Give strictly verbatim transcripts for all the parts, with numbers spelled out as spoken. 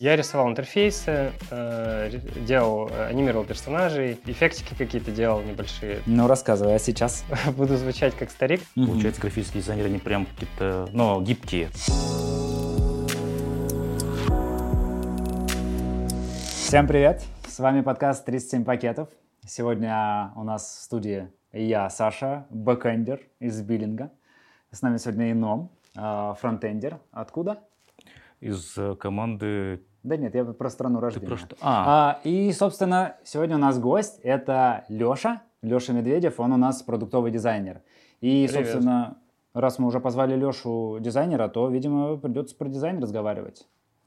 Я рисовал интерфейсы, э, делал, анимировал персонажей, эффектики какие-то делал небольшие. Ну, рассказывай, а сейчас? Буду звучать как старик. Получается, графические дизайнеры, они прям какие-то, ну, гибкие. Всем привет! С вами подкаст тридцать семь пакетов. Сегодня у нас в студии я, Саша, бэкэндер из биллинга. С нами сегодня Ином, фронтендер. Откуда? Из команды... Да нет, я про страну рождения. Ты про что? А. А, и, собственно, сегодня у нас гость. Это Леша, Леша Медведев. Он у нас продуктовый дизайнер. И, Привет. собственно, раз мы уже позвали Лешу дизайнера, то, видимо, придется про дизайн разговаривать.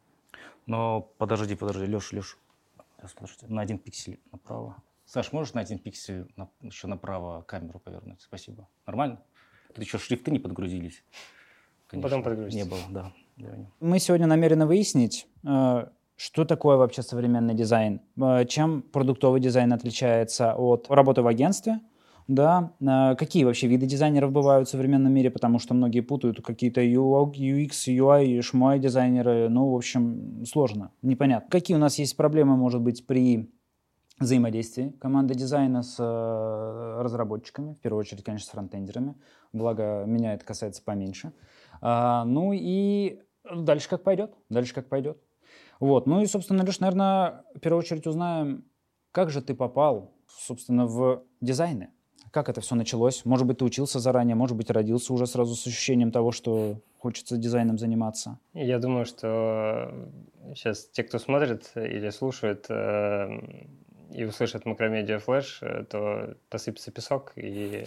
Но подожди, подожди, Леша, Леша. Подожди, на один пиксель направо. Саш, можешь на один пиксель на, еще направо камеру повернуть? Спасибо. Нормально? Тут еще шрифты не подгрузились. Конечно, Потом подгрузить. Не было, да. Мы сегодня намерены выяснить, что такое вообще современный дизайн, чем продуктовый дизайн отличается от работы в агентстве, да, какие вообще виды дизайнеров бывают в современном мире, потому что многие путают какие-то ю экс, ю ай, шмой дизайнеры, ну, в общем, сложно, непонятно. Какие у нас есть проблемы, может быть, при взаимодействии команды дизайна с разработчиками, в первую очередь, конечно, с фронтендерами, благо меня это касается поменьше. А, ну и дальше как пойдет, дальше как пойдет. Вот, ну и, собственно, лишь, наверное, в первую очередь узнаем, как же ты попал, собственно, в дизайны. Как это все началось? Может быть, ты учился заранее, может быть, родился уже сразу с ощущением того, что хочется дизайном заниматься. Я думаю, что сейчас те, кто смотрит или слушает э, и услышат Макромедиа Флэш, то посыпется песок, и,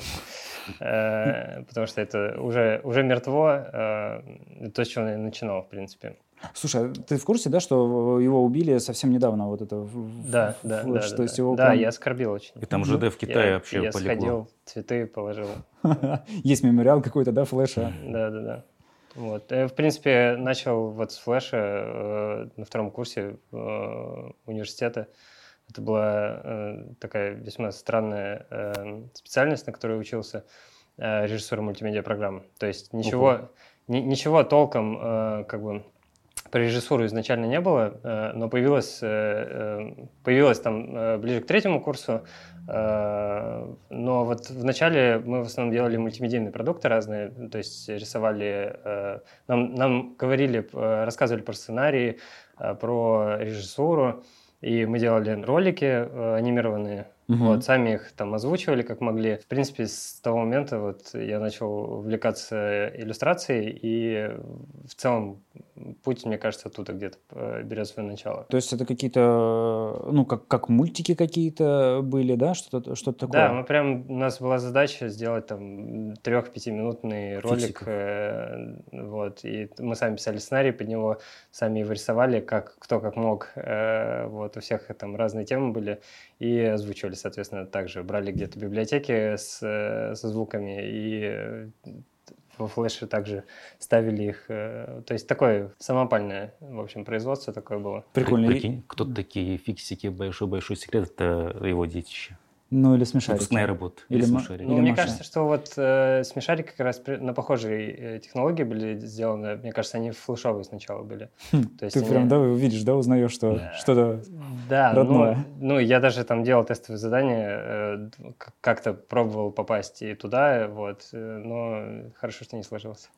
э, потому что это уже, уже мертво, э, то, с чего я начинал, в принципе. Слушай, ты в курсе, да, что его убили совсем недавно, вот это да, в, да, флэш, да, то есть да, его да, прям... я оскорбил очень. И там ЖД в Китае я, вообще я полегло. сходил, цветы положил. Есть мемориал какой-то, да, флэша? Да, да, да. Вот. Я, в принципе, начал вот с флэша э, на втором курсе э, университета. Это была э, такая весьма странная э, специальность, на которой учился, э, режиссура мультимедиа-программ. То есть ничего, ни, ничего толком э, как бы про режиссуру изначально не было, э, но появилось, э, появилось там э, ближе к третьему курсу. Э, но вот вначале мы в основном делали мультимедийные продукты разные, то есть рисовали, э, нам, нам говорили, э, рассказывали про сценарии, э, про режиссуру, и мы делали ролики э, анимированные. Uh-huh. Вот, сами их там озвучивали как могли. В принципе, с того момента вот я начал увлекаться иллюстрацией, и в целом путь, мне кажется, оттуда где-то берет свое начало. То есть это какие-то, ну, как, как мультики какие-то были, да? Что-то, что-то такое? Да, мы прям, у нас была задача сделать там трех-пятиминутный ролик. Э, вот, и мы сами писали сценарий под него, сами его рисовали, как, кто как мог. Э, вот, у всех там разные темы были, и озвучивали, соответственно, также. Брали где-то библиотеки с, со звуками и во флеше также ставили их. То есть такое самопальное, в общем, производство такое было. Прикольно. Прикинь, кто такие фиксики, большой-большой секрет, это его детище. Ну, или смешарики. Выпускная работа. Или, или смешарики. Ну, или мне Маша. кажется, что вот э, смешарики как раз при, на похожей э, технологии были сделаны. Мне кажется, они флешовые сначала были. Хм, То есть ты они... прям, да, видишь, да, узнаешь, что да. что-то да, родное. Ну, ну, я даже там делал тестовые задания, э, как-то пробовал попасть и туда, вот, э, но хорошо, что не сложилось.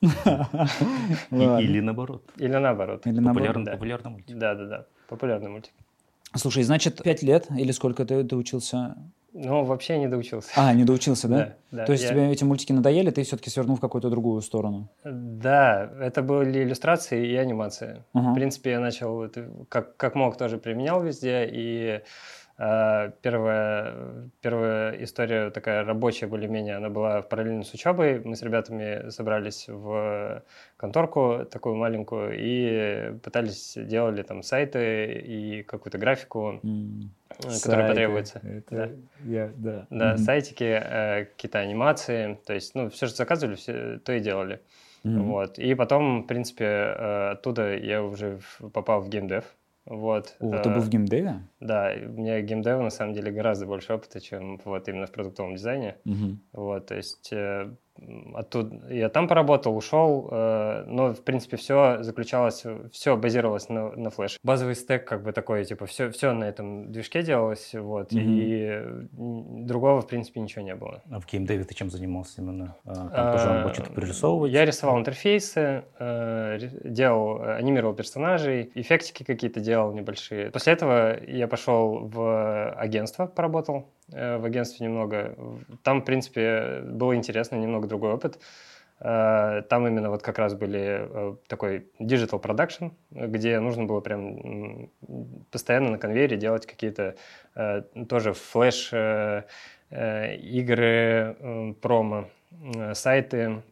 Или наоборот. Или наоборот. Популярный мультик. Да-да-да, популярный мультик. Слушай, значит, пять лет или сколько ты доучился? Ну, вообще не доучился. А, не доучился, да? Да, да. То есть я... тебе эти мультики надоели, ты все-таки свернул в какую-то другую сторону? Да, это были иллюстрации и анимация. Uh-huh. В принципе, я начал, это, как, как мог, тоже применял везде, и э, первая, первая история такая рабочая более-менее, она была параллельно с учебой. Мы с ребятами собрались в конторку такую маленькую и пытались, делали там сайты и какую-то графику, mm. которая потребуется. Это, да, я, да. да mm-hmm. сайтики, э, какие-то анимации, то есть, ну, все, что заказывали, все, то и делали. Mm-hmm. Вот. И потом, в принципе, э, оттуда я уже попал в геймдев. Вот. О, ты был в геймдеве? Да, у меня геймдева на самом деле гораздо больше опыта, чем вот именно в продуктовом дизайне. Mm-hmm. Вот, то есть э, оттуда я там поработал, ушел, э, но, в принципе, все заключалось, все базировалось на, на флеш. Базовый стек как бы такой, типа, все, все на этом движке делалось, вот, mm-hmm. и другого, в принципе, ничего не было. А в геймдеве ты чем занимался именно? Там а, тоже надо было что-то прорисовывать? Я рисовал интерфейсы, э, делал, анимировал персонажей, эффектики какие-то делал небольшие. После этого я пошел в агентство, поработал э, в агентстве немного. Там, в принципе, было интересно, немного другой опыт. Там именно вот как раз были такой digital production, где нужно было прям постоянно на конвейере делать какие-то тоже флеш игры, промо, сайты,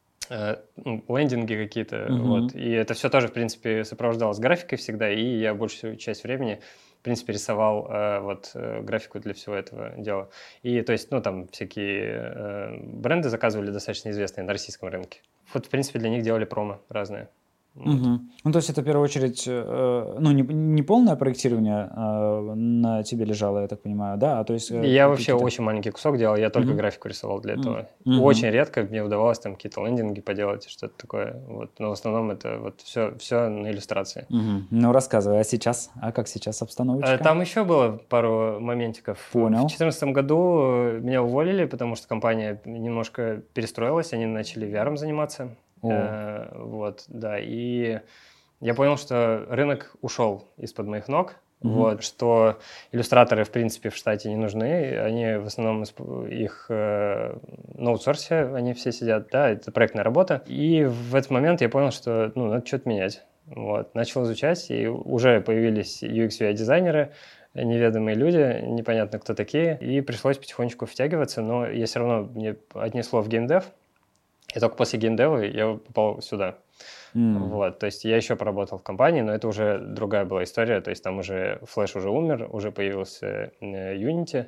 лендинги какие-то. Mm-hmm. Вот. И это все тоже, в принципе, сопровождалось графикой всегда, и я большую часть времени в принципе, рисовал э, вот э, графику для всего этого дела. И, то есть, ну, там всякие э, бренды заказывали достаточно известные на российском рынке. Вот, в принципе, для них делали промо разные. Угу. Вот. Ну, то есть это в первую очередь, э, ну, не, не полное проектирование э, на тебе лежало, я так понимаю, да? А, то есть, э, я вообще очень маленький кусок делал, я только угу. графику рисовал для этого. Угу. Очень редко мне удавалось там какие-то лендинги поделать, что-то такое. Вот. Но в основном это вот все, все на иллюстрации. Угу. Ну, рассказывай, а сейчас? А как сейчас обстановочка? Там еще было пару моментиков. Понял. В две тысячи четырнадцатом году меня уволили, потому что компания немножко перестроилась, они начали ви ар заниматься. Э, вот, да, и я понял, что рынок ушел из-под моих ног, mm-hmm. вот, что иллюстраторы, в принципе, в штате не нужны, они в основном их э, на аутсорсе, они все сидят, да, это проектная работа, и в этот момент я понял, что, ну, надо что-то менять, вот, начал изучать, и уже появились ю экс ю ай-дизайнеры, неведомые люди, непонятно кто такие, и пришлось потихонечку втягиваться, но я все равно, мне отнесло в геймдев. И только после геймдева я попал сюда. Mm. Вот, то есть я еще поработал в компании, но это уже другая была история. То есть там уже Flash уже умер, уже появился Unity,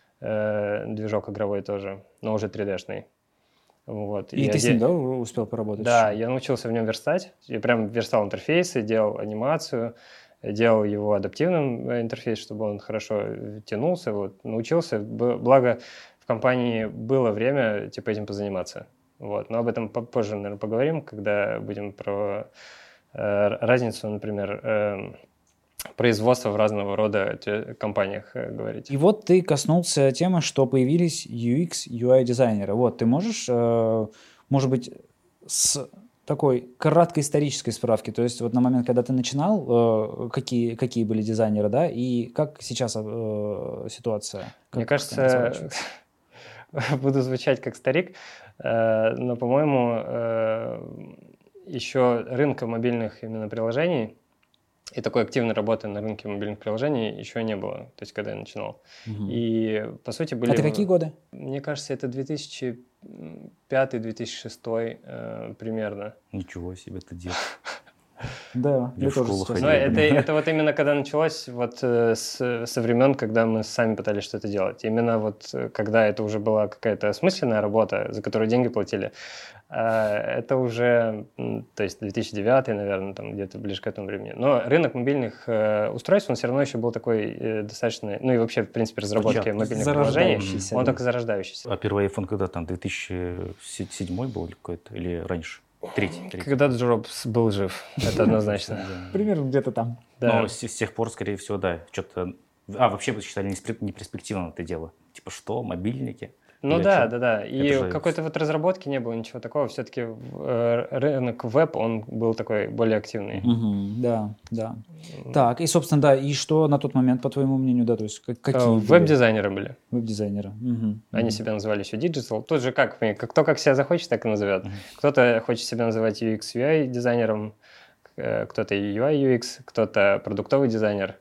э, движок игровой тоже, но уже три дэ-шный. Вот. И, и ты с ним, да, успел поработать? Да, еще? Я научился в нем верстать. Я прям верстал интерфейсы, делал анимацию, делал его адаптивным интерфейс, чтобы он хорошо тянулся. Вот. Научился, благо в компании было время типа этим позаниматься. Вот. Но об этом попозже, наверное, поговорим, когда будем про э, разницу, например, э, производства в разного рода компаниях э, говорить. И вот ты коснулся темы, что появились ю экс ю ай-дизайнеры. Вот, ты можешь, э, может быть, с такой краткой исторической справки, то есть вот на момент, когда ты начинал, э, какие, какие были дизайнеры, да, и как сейчас э, ситуация? Как Мне кажется, буду звучать как старик, но, по-моему, еще рынка мобильных именно приложений и такой активной работы на рынке мобильных приложений еще не было, то есть когда я начинал. Угу. И, по сути, были... Это какие годы? Мне кажется, это две тысячи пятый - две тысячи шестой примерно. Ничего себе, ты дед. Да, я тоже ходил. Это, это вот именно когда началось вот с, со времен, когда мы сами пытались что-то делать. Именно вот когда это уже была какая-то осмысленная работа, за которую деньги платили, это уже, то есть две тысячи девятый, наверное, там где-то ближе к этому времени. Но рынок мобильных устройств, он все равно еще был такой достаточно, ну и вообще, в принципе, разработки я, мобильных приложений, он только зарождающийся. А первый iPhone когда там, две тысячи седьмой был какой-то или раньше? Третий, третий. Когда Джобс был жив, это однозначно. Примерно где-то там. Но с тех пор, скорее всего, да, что-то... А, вообще вы считали неперспективным это дело? Типа что, мобильники? Ну да, да, да. И какой-то вот разработки не было, ничего такого. Все-таки рынок веб, он был такой более активный. Да, да. Так, и, собственно, да, и что на тот момент, по твоему мнению, да, то есть какие веб-дизайнеры были. Веб-дизайнеры. Они себя называли еще digital. Тут же как, кто как себя захочет, так и назовет. Кто-то хочет себя называть ю экс ю ай-дизайнером, кто-то ю ай ю экс, кто-то продуктовый дизайнер,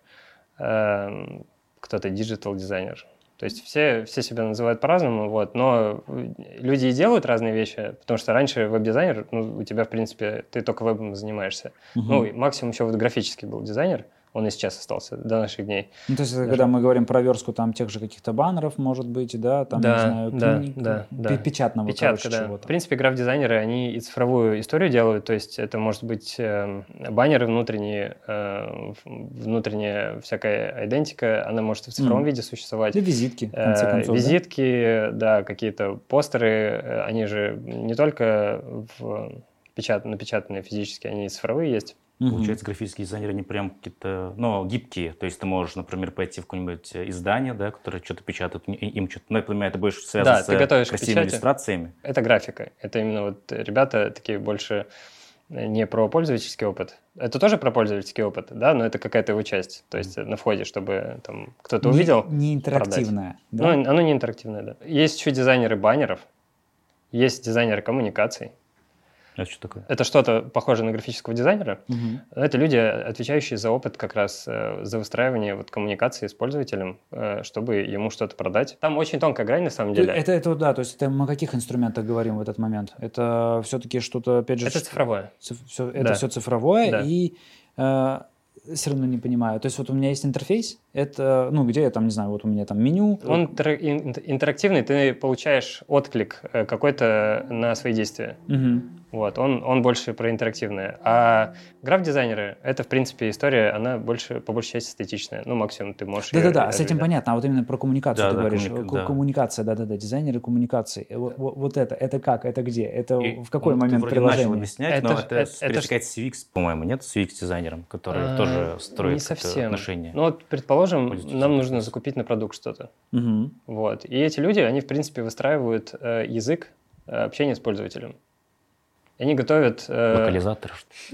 кто-то диджитал-дизайнер. То есть все, все себя называют по-разному, вот, но люди и делают разные вещи, потому что раньше веб-дизайнер, ну, у тебя, в принципе, ты только вебом занимаешься. Uh-huh. Ну, максимум еще вот графический был дизайнер, Он и сейчас остался до наших дней. Ну, то есть, Даже... когда мы говорим про верстку там тех же каких-то баннеров, может быть, да, там, да, не знаю, да, книг, да, да. печатного, Печатка, короче, да. чего-то. В принципе, граф-дизайнеры, они и цифровую историю делают, то есть это может быть э, баннеры внутренние, э, внутренняя всякая идентика, она может в цифровом mm. виде существовать. И визитки, в конце концов, э, Визитки, да, да какие-то постеры, они же не только в печат... напечатанные физически, они и цифровые есть. Получается, графические дизайнеры, они прям какие-то, ну, гибкие. То есть ты можешь, например, пойти в какое-нибудь издание, да, которое что-то печатает, им что-то, ну, я понимаю, это больше связано да, с ты готовишь красивыми иллюстрациями. Это графика. Это именно вот ребята такие больше не про пользовательский опыт. Это тоже про пользовательский опыт, да, но это какая-то его часть. То есть на входе, чтобы там кто-то не, увидел, не интерактивное, да? Ну, оно не интерактивное, да. Есть еще дизайнеры баннеров, есть дизайнеры коммуникаций. Это что такое? Это что-то похожее на графического дизайнера. Угу. Это люди, отвечающие за опыт как раз, за выстраивание вот коммуникации с пользователем, чтобы ему что-то продать. Там очень тонкая грань на самом деле. Это, это да, то есть это мы о каких инструментах говорим в этот момент? Это все-таки что-то, опять же... Это цифровое. Циф, все, это да. все цифровое, да. и э, все равно не понимаю. То есть вот у меня есть интерфейс, это, ну, где я там, не знаю, вот у меня там меню. Он интерактивный, ты получаешь отклик какой-то на свои действия. Угу. Вот, он, он больше про интерактивное. А граф-дизайнеры, это, в принципе, история, она больше, по большей части эстетичная. Ну, максимум ты можешь... Да-да-да, с этим понятно. А вот именно про коммуникацию да, ты да, говоришь. Коммуни... Да. Коммуникация, да-да-да, дизайнеры коммуникации. Вот, вот это, это как, это где? Это И в какой он, момент ты приложения? начал объяснять, это, но это, это, это пересекается с ю экс, по-моему, нет? С ю экс-дизайнером, который а, тоже строит не совсем. отношения. Ну, вот, предположим, нам нужно закупить на продукт что-то. Угу. Вот. И эти люди, они, в принципе, выстраивают э, язык э, общения с пользователем. Они готовят, Локализатор.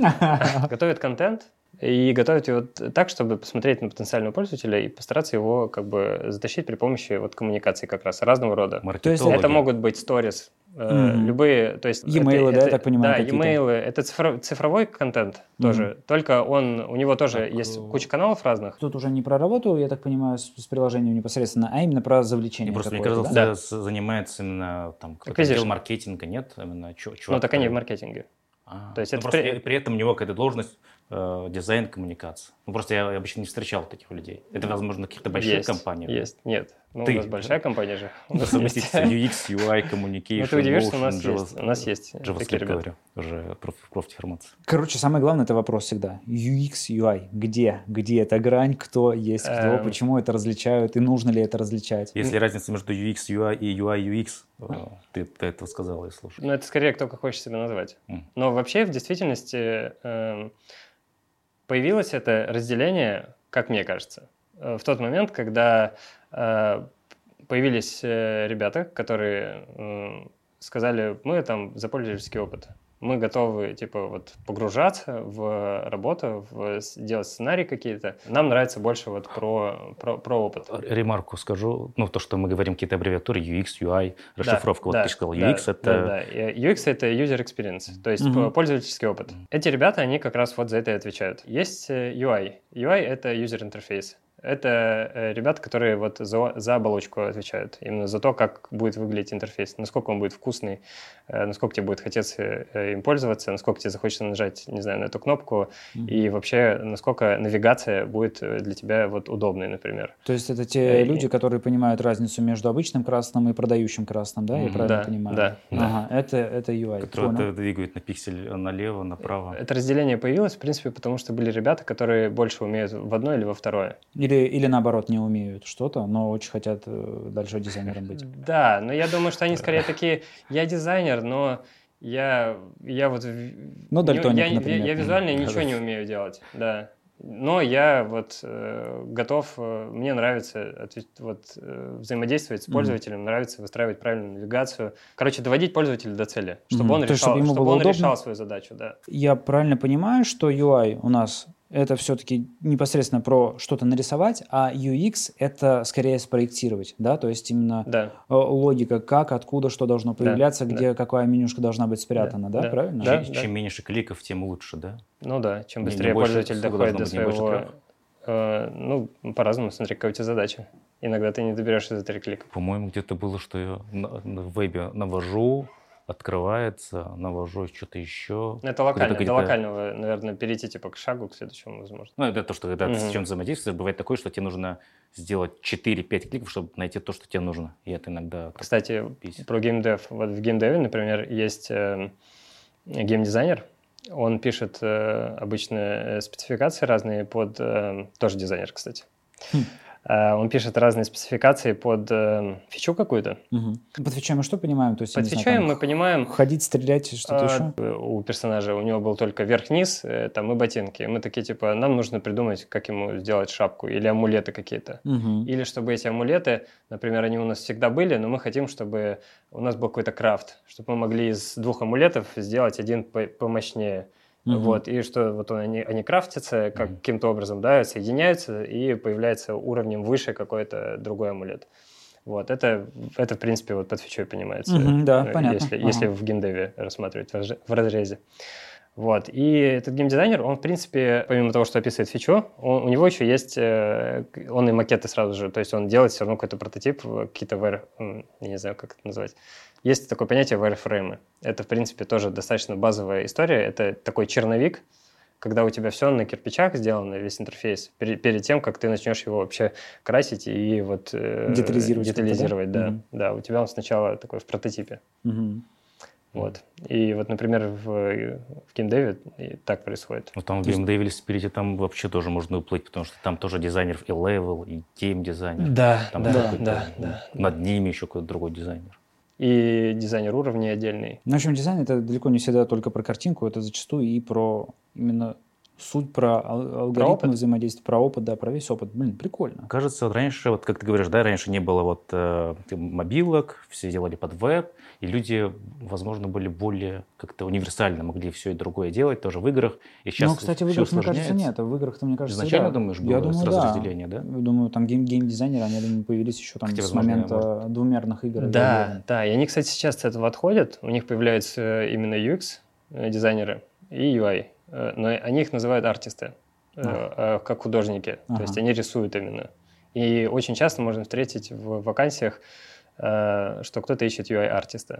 Э, готовят контент и готовят его так, чтобы посмотреть на потенциального пользователя и постараться его как бы затащить при помощи вот коммуникации как раз разного рода. То есть это могут быть сторис, э, mm-hmm. любые, то есть e-mail, да, это, я так понимаю, да, какие-то. e-mail, это цифров, цифровой контент mm-hmm. тоже, только он, у него тоже так, есть куча каналов разных. Тут уже не про работу, я так понимаю, с, с приложением непосредственно, а именно про завлечение. И просто мне кажется, да? да. занимается именно там какой-то отдел маркетинга, нет? Именно чувак, ну так они в маркетинге. А, то есть ну, это просто при... при этом у него какая-то должность э, дизайн, коммуникация. Ну просто я, я обычно не встречал таких людей. Это, возможно, каких-то больших есть, компаниях. Есть, нет. Ну, Ты, у нас большая да? компания же. Совместительство ю экс, ю ай, communication, ну, ты удивишься, motion, у нас Java, есть. У нас есть такие ребята. Говорю, уже профдеформация. Короче, самый главный это вопрос всегда. ю экс, ю ай. Где? Где эта грань? Кто есть кто? Эм... Почему это различают? И нужно ли это различать? Если разница между ю экс, ю ай и ю ай, ю экс, ты, ты этого сказал, я слушаю. Ну, это скорее кто как хочет себя назвать. Mm. Но вообще, в действительности, э, появилось это разделение, как мне кажется, в тот момент, когда э, появились э, ребята, которые э, сказали, мы там за пользовательский опыт. Мы готовы, типа, вот погружаться в работу, в, делать сценарии какие-то. Нам нравится больше вот про, про, про опыт. Ремарку скажу. Ну, то, что мы говорим, какие-то аббревиатуры, ю экс, ю ай, расшифровка. Да, вот ты сказал, ю экс да, это... Да, да. ю экс это user experience, то есть mm-hmm. пользовательский опыт. Mm-hmm. Эти ребята, они как раз вот за это и отвечают. Есть ю ай. ю ай это user interface. Это э, ребята, которые вот за, за оболочку отвечают, именно за то, как будет выглядеть интерфейс, насколько он будет вкусный, э, насколько тебе будет хотеться э, им пользоваться, насколько тебе захочется нажать, не знаю, на эту кнопку, mm-hmm. и вообще, насколько навигация будет для тебя вот удобной, например. То есть это те и... люди, которые понимают разницу между обычным красным и продающим красным, да? Я mm-hmm. правильно да, понимаю? Да, ага, да. Это, это ю ай. Который двигает на пиксель налево, направо. Это разделение появилось, в принципе, потому что были ребята, которые больше умеют в одно или во второе. Или Или наоборот не умеют что-то, но очень хотят дальше дизайнером быть. Да, но я думаю, что они скорее такие, я дизайнер, но я, я вот... Ну, дальтоник, я, например. Я, я визуально ничего не умею делать, да. Но я вот э, готов, э, мне нравится вот, э, взаимодействовать с пользователем, mm-hmm. нравится выстраивать правильную навигацию. Короче, доводить пользователя до цели, чтобы mm-hmm. он, То решал, есть, чтобы чтобы он решал свою задачу. Да. Я правильно понимаю, что ю ай у нас это все-таки непосредственно про что-то нарисовать, а ю экс это скорее спроектировать, да, то есть именно да. логика, как, откуда, что должно появляться, да. где да. какая менюшка должна быть спрятана, да, да. правильно? Да. Чем, да. чем меньше кликов, тем лучше, да? Ну да, чем не, быстрее не больше, пользователь доходит до своего... Э, ну, по-разному, смотри, какая у тебя задача. Иногда ты не доберешься за три клика. По-моему, где-то было, что я на, на вебе навожу, открывается, навожу что-то еще. Это локально, Где-то- до локального, наверное, перейти типа к шагу, к следующему, возможно. Ну, это то, что когда ты с Мгм. чем взаимодействуешь, бывает такое, что тебе нужно сделать четыре-пять кликов, чтобы найти то, что тебе нужно. И это иногда так Кстати, бесит. про геймдев. Вот в геймдеве, например, есть э, геймдизайнер. Он пишет э, обычно э, спецификации разные под... э, тоже дизайнер, кстати. Хм. Э, он пишет разные спецификации под э, фичу какую-то. Мгм. Под фичами что понимаем? То есть, я Под не знаю, фичами там мы понимаем... ходить, стрелять, что-то еще? А, у персонажа у него был только верх-низ, э, там и ботинки. Мы такие, типа, нам нужно придумать, как ему сделать шапку или амулеты какие-то. Мгм. Или чтобы эти амулеты, например, они у нас всегда были, но мы хотим, чтобы у нас был какой-то крафт, чтобы мы могли из двух амулетов сделать один по- помощнее. Мгм. Вот, и что вот он- они, они крафтятся как, Мгм. каким-то образом, да, соединяются, и появляется уровнем выше какой-то другой амулет. Вот, это, это в принципе, вот под фичой понимается, Мгм, да, э, понятно. если, Ага. если в геймдеве рассматривать в разре- в разрезе. Вот, и этот геймдизайнер, он, в принципе, помимо того, что описывает фичу, он- у него еще есть, э, к- он и макеты сразу же, то есть он делает все равно какой-то прототип, э, какие-то вэр, м, я не знаю, как это назвать. Есть такое понятие wireframe. Это, в принципе, тоже достаточно базовая история. Это такой черновик, когда у тебя все на кирпичах сделано, весь интерфейс, перед, перед тем, как ты начнешь его вообще красить и вот э, Детализировать как-то, да? детализировать, да? Мгм. Да, у тебя он сначала такой в прототипе. Мгм. Вот. И вот, например, в, в геймдеве и так происходит. Ну, там в геймдеве, если перейти, там вообще тоже можно уплыть, потому что там тоже дизайнер и левел, и гейм-дизайнер. Да, Там да, какой-то, да, ну, да. над ними еще какой-то другой дизайнер. И дизайнер уровней отдельный. Ну, в общем, дизайн это далеко не всегда только про картинку, это зачастую и про именно суть, про ал- алгоритмы опыт. взаимодействия, про опыт, да, про весь опыт. Блин, прикольно. Кажется, вот раньше, вот как ты говоришь, да, раньше не было вот э, мобилок, все делали под веб, и люди, возможно, были более как-то универсально, могли все и другое делать, тоже в играх. И сейчас Но, кстати, в всё играх, мне кажется, усложняется. нет. В играх-то, мне кажется, Изначально, да. думаешь, Я было думаю, сразу да. разделение, да? Думаю, там гейм- гейм-дизайнеры, они, я думаю, появились еще там Хотя, с возможно, момента двумерных игр. я Да, уверен. да. И они, кстати, сейчас от этого отходят. У них появляются именно ю экс-дизайнеры и ю ай. Э, Но они их называют артисты, э, э, как художники. Ага. То есть они рисуют именно. И очень часто можно встретить в вакансиях, э, что кто-то ищет ю ай-артиста.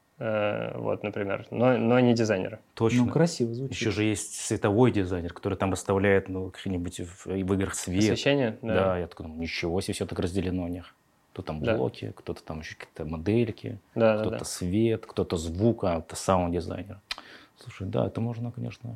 Э, Вот, например. Но, но не дизайнера. Точно. Ну, красиво звучит. Еще же есть световой дизайнер, который там расставляет, ну, какие-нибудь в, в играх свет. Освещение? Да. я такой, ну, ничего себе, все так разделено у них. Кто там Да. блоки, кто-то там еще какие-то модельки, Да, да, кто-то да. свет, кто-то звук, а это саунд-дизайнер. Слушай, да, это можно, конечно.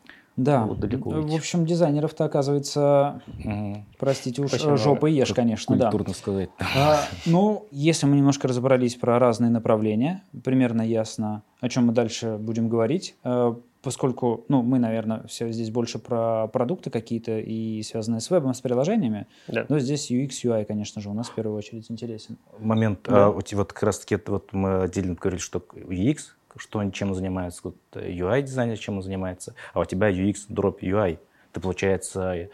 Да. Вот далеко В уйти. общем, дизайнеров-то, оказывается, Мгм. простите уж, Очень много. жопы ешь, конечно, да. Культурно сказать. А, ну, если мы немножко разобрались про разные направления, примерно ясно, о чем мы дальше будем говорить, э, поскольку, ну, мы, наверное, все здесь больше про продукты какие-то и связанные с вебом, с приложениями, Да. но здесь ю экс, ю ай, конечно же, у нас в первую очередь интересен. Момент, Да. а, вот, вот как раз таки, это вот мы отдельно говорили, что ю экс, что он чем он занимается, вот ю ай-дизайнер чем он занимается, а у тебя ю экс дроп ю ай. Ты, получается, э,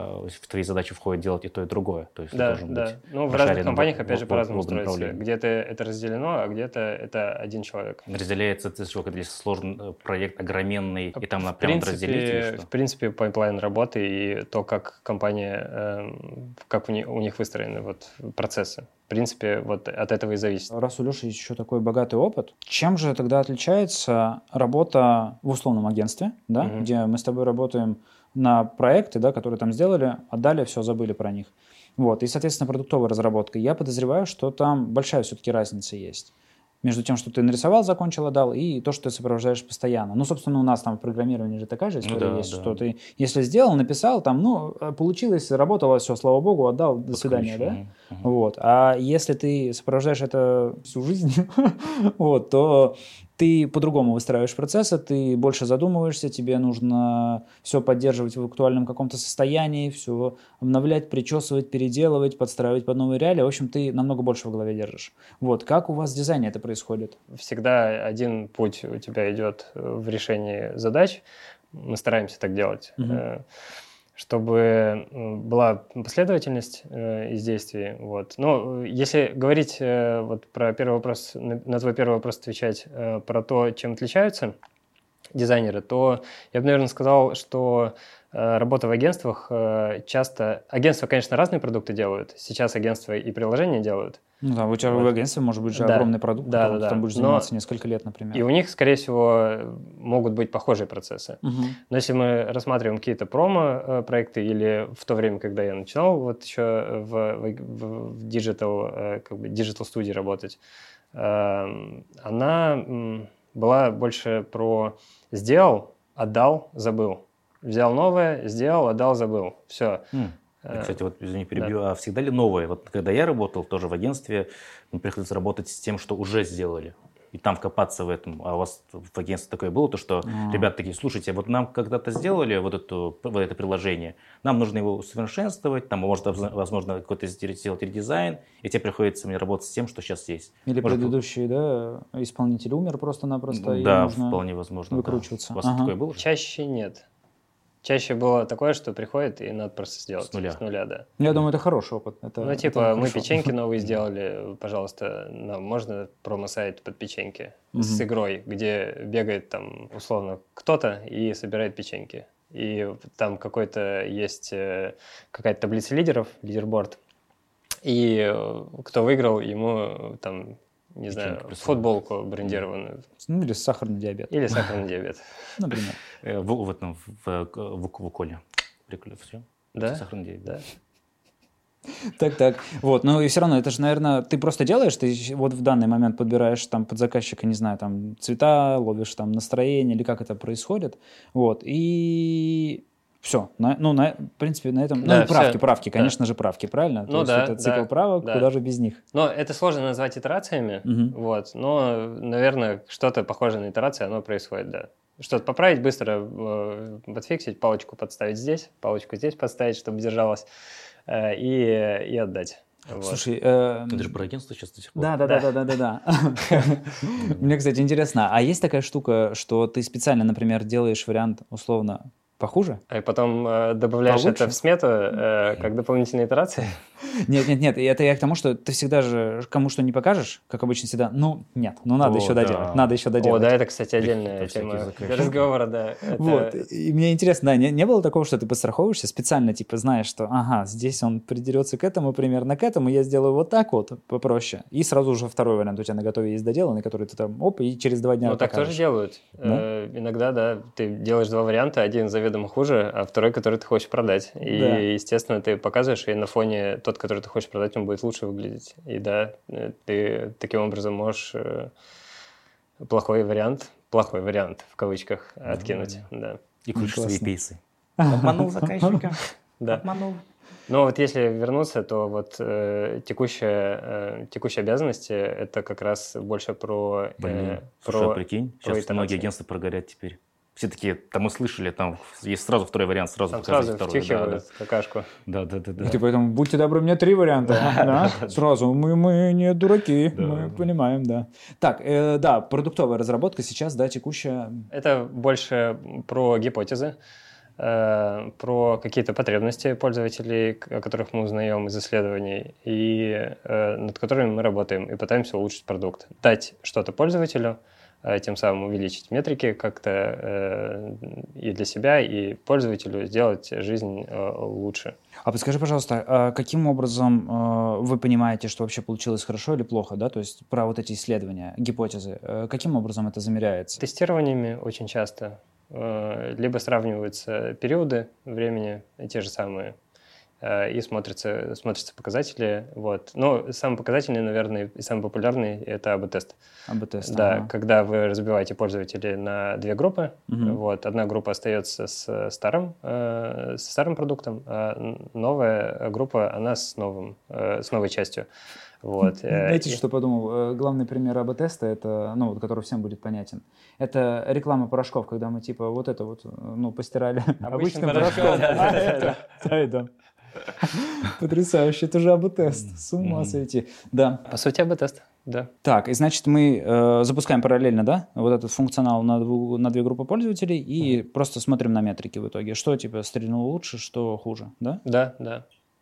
в твои задачи входит делать и то, и другое. То есть ты Да, должен да. быть Ну, в пошаренным разных компаниях, в- опять же, в- по-разному в строится. направлении. Где-то это разделено, а где-то это один человек. Разделяется, ты что, когда если сложный э, проект огроменный, и там В надо прям разделить или принципе, что? в принципе, пайплайн работы и то, как компания, эм, как у них, у них выстроены вот процессы. В принципе, вот от этого и зависит. Раз у Леши есть еще такой богатый опыт, чем же тогда отличается работа в условном агентстве, да, Мгм. где мы с тобой работаем на проекты, да, которые там сделали, отдали, все, забыли про них. Вот. И, соответственно, продуктовая разработка. Я подозреваю, что там большая все-таки разница есть между тем, что ты нарисовал, закончил, отдал, и то, что ты сопровождаешь постоянно. Ну, собственно, у нас там в программировании же такая же Ну история да, есть, да. что ты, если сделал, написал, там, ну, получилось, работало, все, слава богу, отдал, до свидания, да? Подключено. Мгм. Вот. А если ты сопровождаешь это всю жизнь, вот, то ты по-другому выстраиваешь процессы, ты больше задумываешься, тебе нужно все поддерживать в актуальном каком-то состоянии, все обновлять, причесывать, переделывать, подстраивать под новые реалии. В общем, ты намного больше в голове держишь. Вот. Как у вас в дизайне это происходит? Всегда один путь у тебя идет в решении задач. Мы стараемся так делать. Мгм. э, Чтобы м, была последовательность э, из действий. Вот. Но э, если говорить э, вот про первый вопрос, на, на твой первый вопрос отвечать, э, про то, чем отличаются дизайнеры, то я бы, наверное, сказал, что работа в агентствах часто... Агентства, конечно, разные продукты делают. Сейчас агентства и приложения делают. Ну да, у тебя вот. В агентстве может быть же да. огромный продукт, да, которым да, ты там да. будешь заниматься Но... несколько лет, например. И у них, скорее всего, могут быть похожие процессы. Угу. Но если мы рассматриваем какие-то промо-проекты или в то время, когда я начинал вот еще в, в, в digital, как бы digital студии работать, она была больше про сделал, отдал, забыл. Взял новое, сделал, отдал, забыл. Все. Mm. И, кстати, вот, извини, перебью, да. А всегда ли новое? Вот когда я работал тоже в агентстве, мне приходится работать с тем, что уже сделали. И там вкопаться в этом. А у вас в агентстве такое было, то что mm. ребята такие, слушайте, вот нам когда-то сделали вот, эту, вот это приложение, нам нужно его усовершенствовать, там, может, возможно, какой-то сделать редизайн, и тебе приходится мне работать с тем, что сейчас есть. Или может, предыдущий, да, исполнитель умер просто-напросто, да, и нужно вполне возможно, выкручиваться. Да. У вас ага. такое было? Чаще нет. Чаще было такое, что приходит и надо просто сделать. С нуля. С нуля, да. Я думаю, это хороший опыт. Это, ну, типа, это мы хорошо. печеньки новые сделали, пожалуйста, нам можно промо-сайт под печеньки угу. с игрой, где бегает там, условно, кто-то и собирает печеньки. И там какой-то есть какая-то таблица лидеров, лидерборд, и кто выиграл, ему там... не знаю, футболку брендированную. Ну, или сахарный диабет. Или сахарный диабет. Например. В этом, в Уколе. Прикольно, все. Да? Сахарный диабет. Да. Так, так. Вот, ну и все равно, это же, наверное, ты просто делаешь, ты вот в данный момент подбираешь там под заказчика, не знаю, там цвета, ловишь там настроение или как это происходит. Вот, и... Все, на, ну, на, в принципе, на этом... Да, ну, и правки, все. правки, конечно да. же, правки, правильно? Ну, То есть да, это цикл да, правок, да. куда же без них? Но это сложно назвать итерациями, угу. вот, но, наверное, что-то похожее на итерации, оно происходит, да. Что-то поправить, быстро э, подфиксить, палочку подставить здесь, палочку здесь подставить, чтобы держалось, э, и, и отдать. Вот. Слушай, э... ты же про агентство сейчас до сих пор. Да, да, да, да, да, да, да. Мне, кстати, интересно, а есть такая штука, что ты специально, например, делаешь вариант условно похуже? И потом э, добавляешь Получше? это в смету э, как дополнительные итерации? Нет, нет, нет, это я к тому, что ты всегда же кому что не покажешь, как обычно всегда, ну, нет, ну, надо О, еще да. доделать, надо еще доделать. О, да, это, кстати, отдельная Это тема всякие для разговора, да. Это... Вот, и мне интересно, да, не, не было такого, что ты подстраховываешься, специально, типа, знаешь, что, ага, здесь он придерется к этому, примерно к этому, я сделаю вот так вот, попроще, и сразу уже второй вариант у тебя на готове есть доделанный, который ты там, оп, и через два дня Ну, так покажешь. тоже делают. Да? Э, иногда, да, ты делаешь два варианта, один заведомо хуже, а второй, который ты хочешь продать. И, Да. естественно, ты показываешь, и на фоне тот, который ты хочешь продать, он будет лучше выглядеть. И да, ты таким образом можешь плохой вариант, плохой вариант, в кавычках, Да, откинуть. да. Да. И крутишь свои Классно. пейсы. Обманул заказчика. Да. Обманул. Но вот если вернуться, то вот э, текущая, э, текущие обязанности – это как раз больше про… Э, Блин, слушай, про, а прикинь, про сейчас многие итерации. агентства прогорят теперь. Все такие, там мы слышали, там есть сразу второй вариант, сразу Там показывать сразу второй. втюхивают какашку. Да, да, да, да. И ты поэтому, будьте добры, мне три варианта, да? Сразу, мы, мы не дураки, Да, мы да. понимаем, да. Так, э, да, продуктовая разработка сейчас, да, текущая. Это больше про гипотезы, э, про какие-то потребности пользователей, о которых мы узнаем из исследований, и э, над которыми мы работаем и пытаемся улучшить продукт. Дать что-то пользователю, э, тем самым увеличить метрики как-то э, и для себя, и пользователю, сделать жизнь э, лучше. А подскажи, пожалуйста, а каким образом э, вы понимаете, что вообще получилось хорошо или плохо, да? То есть про вот эти исследования, гипотезы, э, каким образом это замеряется? Тестированиями очень часто. Э, либо сравниваются периоды времени, те же самые, э, и смотрятся, смотрятся показатели. Вот. Но самый показательный, наверное, и самый популярный – это эй би тест. эй би тест, Да, ага. когда вы разбиваете пользователей на две группы, Мгм. вот, одна группа остается с старым, э, со старым продуктом, а новая группа, она с, новым, э, с новой частью. Вот. э, Знаете, и- что подумал? Э, Главный пример эй би теста, это, ну, вот, который всем будет понятен, это реклама порошков, когда мы типа вот это вот, э, ну, постирали Обычным обычным порошком, порошком, да, а да, это, да, да. Потрясающе, это же эй би тест, с ума Мгм. сойти. Да. По сути, эй би тест, да. Так, и значит мы э, запускаем параллельно, да, вот этот функционал на, дву- на две группы пользователей и просто смотрим на метрики в итоге, что типа стрельнуло лучше, что хуже, да? Да, да.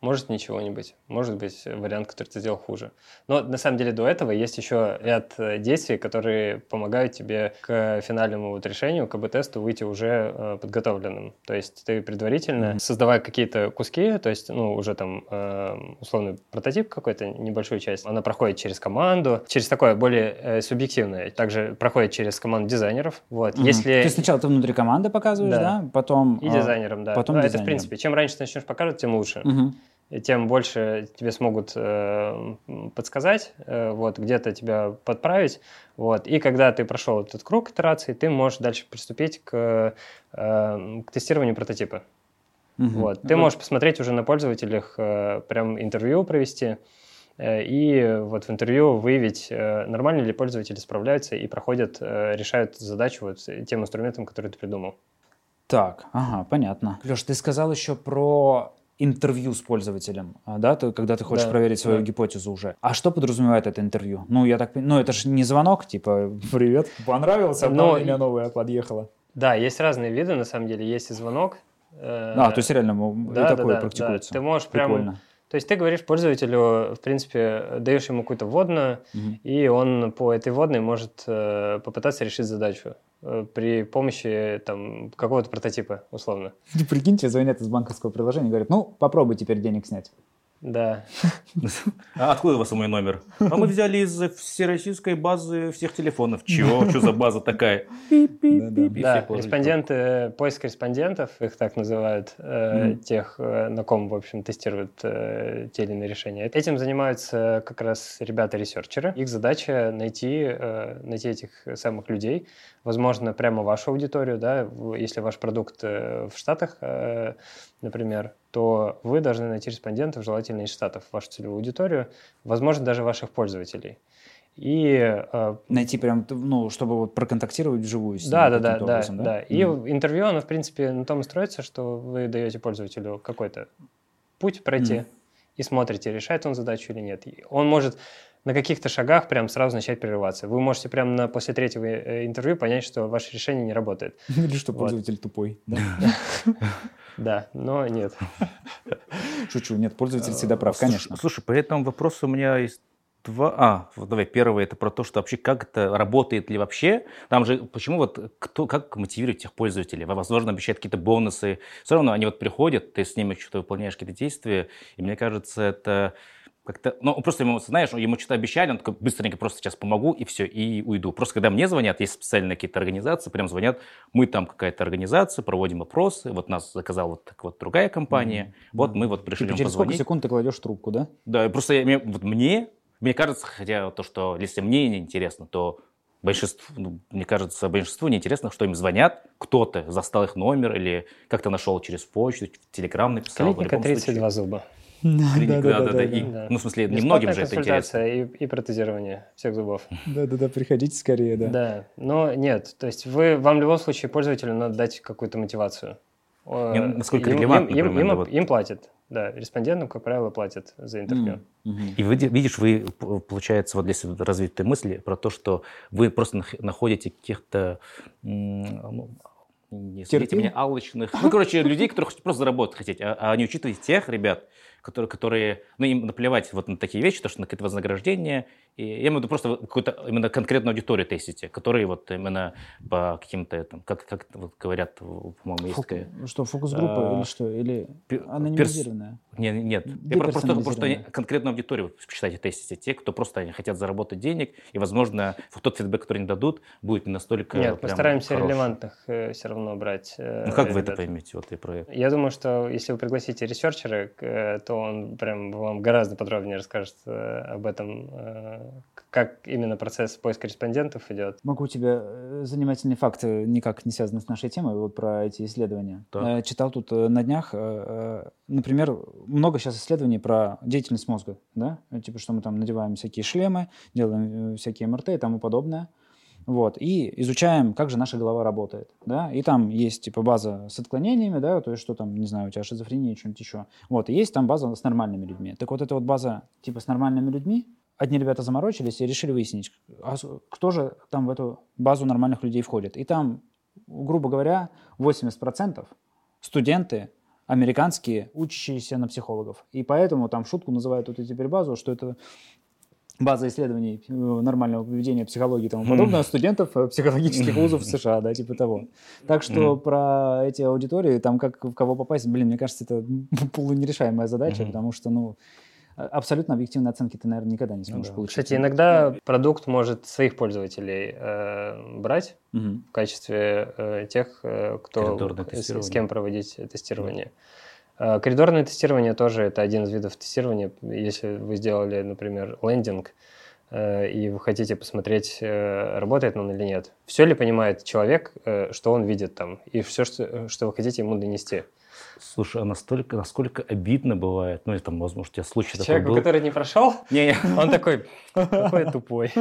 может ничего не быть. Может быть вариант, который ты сделал хуже. Но на самом деле до этого есть еще ряд действий, которые помогают тебе к финальному вот решению, к эй би-тесту выйти уже э, подготовленным. То есть ты предварительно, mm-hmm. создавая какие-то куски, то есть, ну, уже там э, условный прототип какой-то, небольшую часть, она проходит через команду, через такое более э, субъективное. Также проходит через команду дизайнеров. Вот. Mm-hmm. Если... То есть сначала ты внутри команды показываешь, да? да? Потом... И дизайнером, да. Потом ну, дизайнером. Это, в принципе, чем раньше ты начнешь показывать, тем лучше. Mm-hmm. И тем больше тебе смогут э, подсказать, э, вот, где-то тебя подправить. Вот. И когда ты прошел этот круг итераций, ты можешь дальше приступить к, э, к тестированию прототипа. Mm-hmm. Вот. Ты mm-hmm. можешь посмотреть уже на пользователях, э, прям интервью провести, э, и вот в интервью выявить, э, нормально ли пользователи справляются и проходят, э, решают задачу вот тем инструментом, который ты придумал. Так, ага, понятно. Леш, ты сказал еще про... интервью с пользователем, да, ты, когда ты хочешь да, проверить свою да. гипотезу уже. А что подразумевает это интервью? Ну, я так понимаю, ну, это же не звонок, типа, привет, понравилось, обновление новое подъехало. Да, есть разные виды, на самом деле, есть и звонок. А, то есть реально да, и такое да, практикуется. Да. Ты можешь Прикольно. Прям... То есть ты говоришь пользователю, в принципе, даешь ему какую-то вводную, угу. и он по этой вводной может э, попытаться решить задачу э, при помощи там, какого-то прототипа, условно. Прикиньте, звонят из банковского приложения и говорят, ну, попробуй теперь денег снять. Да. А откуда у вас мой номер? А мы взяли из всероссийской базы всех телефонов. Чего? Что за база такая? Да, респонденты, поиск респондентов, их так называют, тех, на ком, в общем, тестируют те или иные решения. Этим занимаются как раз ребята-ресерчеры. Их задача найти, найти этих самых людей, возможно, прямо вашу аудиторию, да, если ваш продукт в Штатах, например, то вы должны найти респондентов, желательно из Штатов, вашу целевую аудиторию, возможно, даже ваших пользователей. И, э, найти прям, ну, чтобы вот проконтактировать вживую с ним. Да, да, да, да, образом, да, да. И mm-hmm. интервью, оно, в принципе, на том и строится, что вы даете пользователю какой-то путь пройти mm-hmm. и смотрите, решает он задачу или нет. Он может на каких-то шагах прям сразу начать прерываться. Вы можете прям на, после третьего интервью понять, что ваше решение не работает. Или что пользователь тупой. Да, но нет. Шучу, нет, пользователь всегда прав, конечно. Слушай, по этому вопросу у меня есть два... А, вот давай, первое, это про то, что вообще как это работает ли вообще. Там же, почему вот, кто, как мотивировать тех пользователей? Возможно, обещают какие-то бонусы. Все равно они вот приходят, ты с ними что-то выполняешь, какие-то действия, и мне кажется, это... Как-то, ну, просто ему, знаешь, ему что-то обещали, он такой, быстренько просто сейчас помогу, и все, и уйду. Просто когда мне звонят, есть специальные какие-то организации, прям звонят, мы там какая-то организация, проводим опросы, вот нас заказала вот так вот другая компания, mm-hmm. вот мы вот пришли типа через позвонить. Сколько секунд ты кладешь трубку, да? Да, просто я, вот мне, мне кажется, хотя то, что если мне не интересно, то большинству, ну, мне кажется, большинству неинтересно, что им звонят, кто-то застал их номер или как-то нашел через почту, в Телеграм написал. Клиника тридцать два зуба. Клиника, да, да, да, да, и, да. Ну, в смысле, немногим же это интересно. И, и протезирование всех зубов. Да-да-да, приходите скорее, да. Да, но нет, то есть вы, вам в любом случае пользователю надо дать какую-то мотивацию. Не, насколько им, релевантно, им, например, им, вот. им платят, да, респондентам, как правило, платят за интервью. Mm-hmm. И вы видишь, вы, получается, вот если развить этой мысли про то, что вы просто находите каких-то... Ну, не смотрите меня, алчных. Ну, короче, людей, которых просто заработать хотите, а, а не учитывайте тех ребят, которые, которые, ну, им наплевать вот на такие вещи, то, что на какие-то вознаграждения. И я имею в виду просто какую-то именно конкретную аудиторию тестите, которые вот именно по каким-то, там, как, как вот говорят, по-моему, есть... Фоку... Что, фокус-группа а... или что? Или анонимизированная? Перс... Нет, нет. Я просто, просто конкретную аудиторию, считайте, тестите. Те, кто просто они хотят заработать денег, и, возможно, тот фидбэк, который они дадут, будет не настолько Нет, мы стараемся хороший. Релевантных э, все равно брать. Э, ну, как ребят. вы это поймете, вот и про это? Я думаю, что если вы пригласите ресерчера, э, то он прям вам гораздо подробнее расскажет э, об этом, э, как именно процесс поиска респондентов идет. Могу тебе занимательный факт, никак не связанный с нашей темой, вот про эти исследования. Так. Читал тут на днях, например, много сейчас исследований про деятельность мозга, да, типа, что мы там надеваем всякие шлемы, делаем всякие эм эр тэ и тому подобное. Вот, и изучаем, как же наша голова работает, да, и там есть, типа, база с отклонениями, да, то есть, что там, не знаю, у тебя шизофрения, что-нибудь еще, вот, и есть там база с нормальными людьми. Так вот, эта вот база, типа, с нормальными людьми, одни ребята заморочились и решили выяснить, а кто же там в эту базу нормальных людей входит. И там, грубо говоря, восемьдесят процентов студенты американские, учащиеся на психологов. И поэтому там шутку называют вот теперь базу, что это база исследований нормального поведения, психологии и тому подобное студентов психологических вузов в США, да, типа того. Так что про эти аудитории, там как в кого попасть, блин, мне кажется, это полунерешаемая задача, потому что, ну, абсолютно объективной оценки ты, наверное, никогда не сможешь да. получить. Кстати, иногда продукт может своих пользователей э, брать угу. в качестве э, тех, э, кто с, с кем проводить тестирование. Э, коридорное тестирование тоже это один из видов тестирования. Если вы сделали, например, лендинг, э, и вы хотите посмотреть, э, работает он или нет. Все ли понимает человек, э, что он видит там, и все, что, что вы хотите ему донести. Слушай, а настолько, насколько обидно бывает, ну, и там, возможно, у тебя случай такой Человек, был. который не прошел, не, он такой, какой тупой.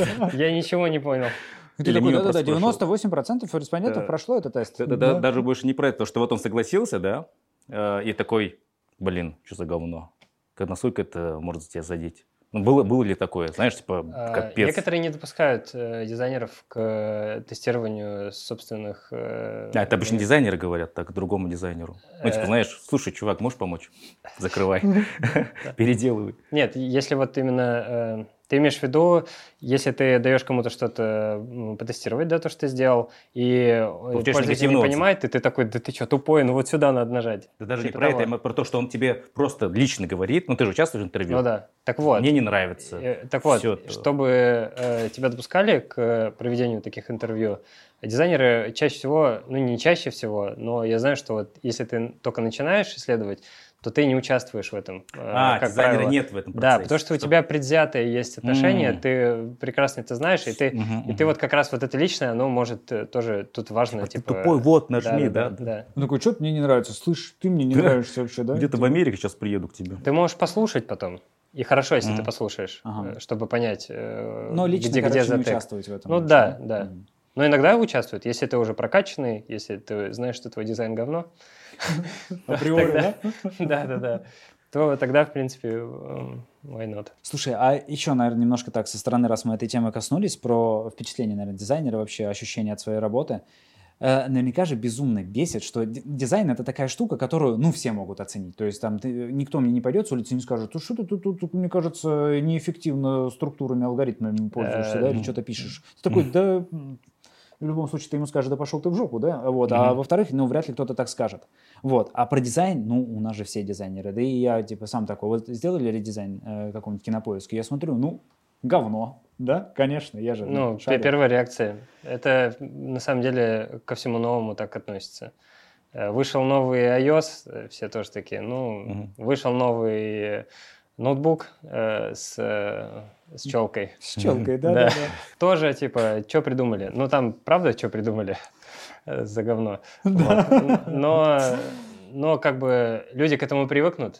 Я ничего не понял. Ты такой, да-да-да, девяносто восемь процентов респондентов прошло этот тест. Даже больше не про это, потому что вот он согласился, да, и такой, блин, что за говно. Насколько это может тебя задеть? Ну, было, было ли такое, знаешь, типа, капец? Некоторые не допускают э, дизайнеров к э, тестированию собственных... Э, а, это обычно дизайнеры говорят так, другому дизайнеру. Ну, типа, знаешь, слушай, чувак, можешь помочь? Закрывай, переделывай. Нет, если вот именно... Ты имеешь в виду, если ты даешь кому-то что-то потестировать, да, то, что ты сделал, и пользователь не понимает, и ты такой, да ты что, тупой, ну вот сюда надо нажать. Да даже типа не про того. Это, а про то, что он тебе просто лично говорит, ну ты же участвуешь в интервью. Ну да, так вот. Мне не нравится. Так вот, Все чтобы э, тебя допускали к проведению таких интервью, дизайнеры чаще всего, ну не чаще всего, но я знаю, что вот если ты только начинаешь исследовать, то ты не участвуешь в этом. А, как дизайнера правило. Нет в этом процессе. Да, потому что у тебя предвзятое есть отношение, mm. ты прекрасно это знаешь, и ты, mm-hmm, и ты mm-hmm. вот как раз вот это личное, оно может тоже тут важно, типа... типа ты тупой, вот, нажми, да? да, да, да. Он такой, что-то мне не нравится, слышь, ты мне не да. нравишься вообще, да? Где-то в Америке сейчас приеду к тебе. Ты можешь послушать потом. И хорошо, если mm-hmm. ты послушаешь, ага. чтобы понять, Но лично, где, короче, где затык. Не участвовать в этом. Ну лучше, да, да. Mm-hmm. Но иногда участвуют, если ты уже прокачанный, если ты знаешь, что твой дизайн говно. Априори, да? Да, да, да. То тогда, в принципе, why not? Слушай, а еще, наверное, немножко так со стороны, раз мы этой темы коснулись, про впечатление, наверное, дизайнера, вообще ощущение от своей работы. Э, наверняка же безумно бесит, что дизайн — это такая штука, которую, ну, все могут оценить. То есть там ты, никто мне не пойдет с улицы и не скажет, что ты тут, тут, тут, мне кажется, неэффективно структурами, алгоритмами пользуешься, да, или что-то пишешь. Ты такой, да... В любом случае, ты ему скажешь, да пошел ты в жопу, да? Вот. Mm-hmm. А во-вторых, ну, вряд ли кто-то так скажет. Вот. А про дизайн, ну, у нас же все дизайнеры. Да и я, типа, сам такой. Вот сделали редизайн э, какого-нибудь Кинопоиска, я смотрю, ну, говно. Да, конечно, я же Ну, шарю. Первая реакция. Это, на самом деле, ко всему новому так относится. Вышел новый iOS, все тоже такие, ну, mm-hmm. вышел новый... ноутбук э, с, э, с челкой. С челкой, да, да, да. Тоже, типа, что придумали? Ну, там, правда, что придумали за говно? Да. Вот. Но, но, как бы, люди к этому привыкнут.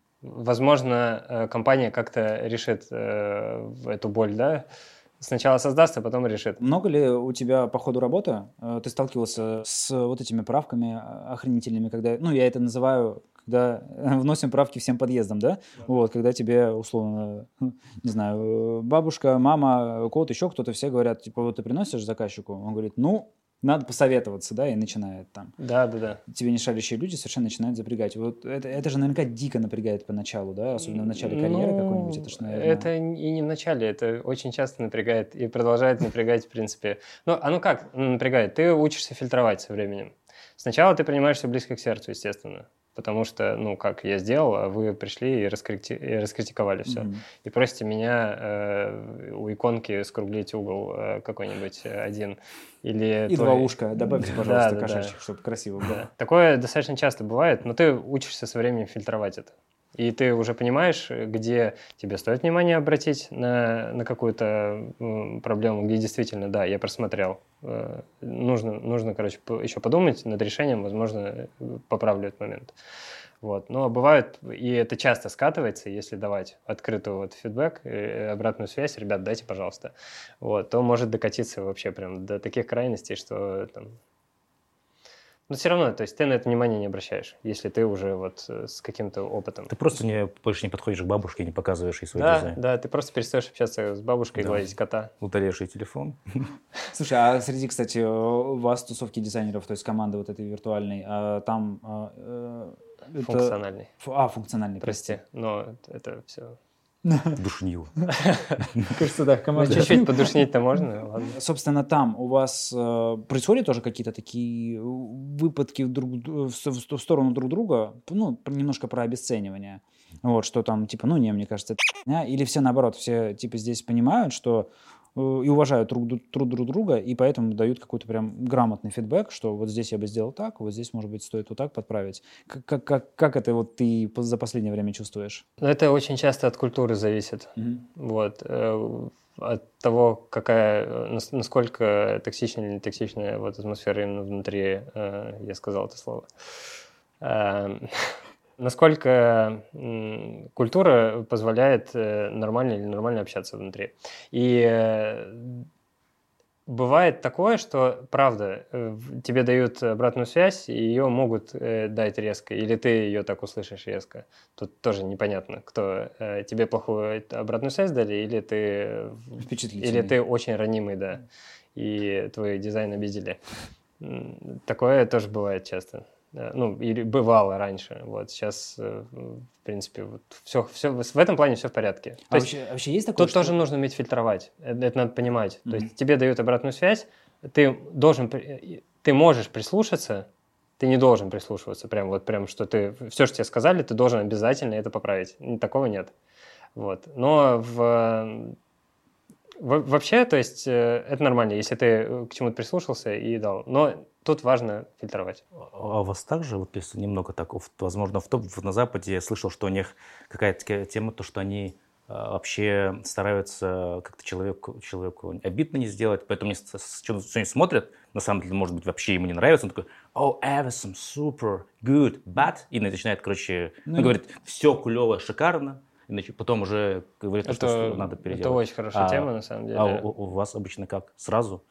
Возможно, компания как-то решит э, эту боль, да? Сначала создаст, а потом решит. Много ли у тебя по ходу работы э, ты сталкивался с вот этими правками охренительными, когда, ну, я это называю... когда вносим правки всем подъездам, да? Да. Вот, когда тебе, условно, не знаю, бабушка, мама, кот, еще кто-то, все говорят, типа, вот ты приносишь заказчику, он говорит, ну, надо посоветоваться, да, и начинает там. Да, да, да. Тебе не шарящие люди совершенно начинают запрягать. Вот это, это же наверняка дико напрягает поначалу, да, особенно в начале карьеры ну, какой-нибудь. Это, ж, наверное... это и не в начале, это очень часто напрягает и продолжает напрягать, в принципе. Ну, а ну как напрягает? Ты учишься фильтровать со временем. Сначала ты принимаешь все близко к сердцу, естественно. Потому что, ну, как я сделал, а вы пришли и, раскрити... и раскритиковали все. Mm-hmm. И просите меня э, у иконки скруглить угол э, какой-нибудь один. Или и твой... два ушка добавьте, пожалуйста, да, кошачьих, да, да. чтобы красиво было. Да. Такое достаточно часто бывает, но ты учишься со временем фильтровать это. И ты уже понимаешь, где тебе стоит внимание обратить на, на какую-то м, проблему, где действительно, да, я просмотрел. Э, нужно, нужно, короче, по, еще подумать над решением, возможно, поправлю этот момент. Вот. Но бывает, и это часто скатывается, если давать открытую вот фидбэк, обратную связь, ребят, дайте, пожалуйста, вот, то может докатиться вообще прям до таких крайностей, что там... Но все равно, то есть ты на это внимание не обращаешь, если ты уже вот с каким-то опытом. Ты просто не, больше не подходишь к бабушке и не показываешь ей свой да, дизайн. Да, ты просто перестаешь общаться с бабушкой и Да. гладить кота. Удаляешь ей телефон. Слушай, а среди, кстати, у вас тусовки дизайнеров, то есть команды вот этой виртуальной, а там... А, это... Функциональный. А, функциональный. Прости, но это все... Душнило. Кажется, да, в команде. Чуть-чуть подушнить-то можно, ладно. Собственно, там у вас э, происходят тоже какие-то такие выпадки друг, в, в, в сторону друг друга, ну, немножко про обесценивание. Вот, что там, типа, ну, не, мне кажется, это фигня. Или все, наоборот, все, типа, здесь понимают, что э, и уважают труд, труд друг друга, и поэтому дают какой-то прям грамотный фидбэк, что вот здесь я бы сделал так, вот здесь, может быть, стоит вот так подправить. Как, как, как это вот ты за последнее время чувствуешь? Ну, это очень часто от культуры зависит. Mm-hmm. Вот. Э, от того, какая, насколько токсичная или не токсичная вот атмосфера именно внутри, э, я сказал это слово. Э, насколько м, культура позволяет э, нормально или нормально общаться внутри. И э, бывает такое, что, правда, э, тебе дают обратную связь, и ее могут э, дать резко, или ты ее так услышишь резко. Тут тоже непонятно, кто э, тебе плохую обратную связь дали, или ты, или ты очень ранимый, да, и твой дизайн обидели. Такое тоже бывает часто. Ну, или бывало раньше. Вот сейчас, в принципе, вот все, все, в этом плане все в порядке. А То вообще, есть, вообще есть такое, тут что... тоже нужно уметь фильтровать. Это, это надо понимать. Mm-hmm. То есть тебе дают обратную связь, ты должен, ты можешь прислушаться, ты не должен прислушиваться. Прям вот прям, что ты, все, что тебе сказали, ты должен обязательно это поправить. Такого нет. Вот. Но в... Вообще, то есть, это нормально, если ты к чему-то прислушался и дал. Но тут важно фильтровать. А у вас также, вот если немного так, возможно, в топ на Западе я слышал, что у них какая-то тема, то, что они вообще стараются как-то человеку, человеку обидно не сделать, поэтому они что-нибудь смотрят, на самом деле, может быть, вообще ему не нравится, он такой, oh, awesome, super, good, bad, и начинает, короче, ну, он говорит, все клево, шикарно, и потом уже говорит, это, что надо переделать. Это очень хорошая а, тема, на самом деле. А у, у вас обычно как? Сразу?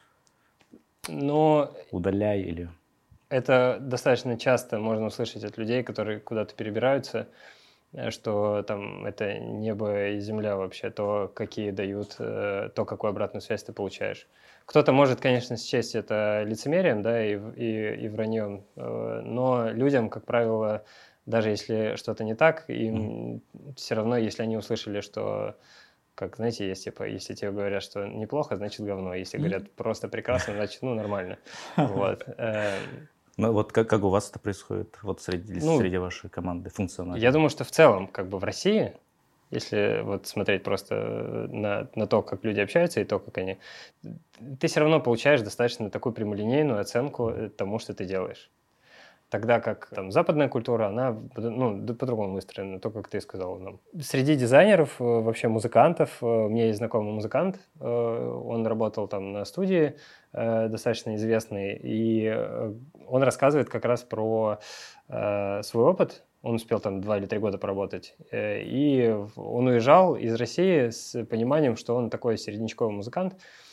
Но удаляй или... Это достаточно часто можно услышать от людей, которые куда-то перебираются, что там это небо и земля вообще, то, какие дают, то, какую обратную связь ты получаешь. Кто-то может, конечно, счесть это лицемерием, да, и, и, и враньем, но людям, как правило, даже если что-то не так, им mm-hmm. все равно, если они услышали, что, как, знаете, есть, типа, если тебе говорят, что неплохо, значит говно, если mm-hmm. говорят просто прекрасно, значит, ну, нормально. Вот. Ну вот как, как у вас это происходит, вот среди, ну, среди вашей команды функционально? Я думаю, что в целом, как бы в России, если вот смотреть просто на, на то, как люди общаются и то, как они... Ты все равно получаешь достаточно такую прямолинейную оценку тому, что ты делаешь. Тогда как там, западная культура, она ну, по-другому выстроена, то, как ты сказал нам. Среди дизайнеров, вообще музыкантов, у меня есть знакомый музыкант, он работал там на студии, достаточно известный, и он рассказывает как раз про свой опыт. Он успел там два или три года поработать, и он уезжал из России с пониманием, что он такой середнячковый музыкант.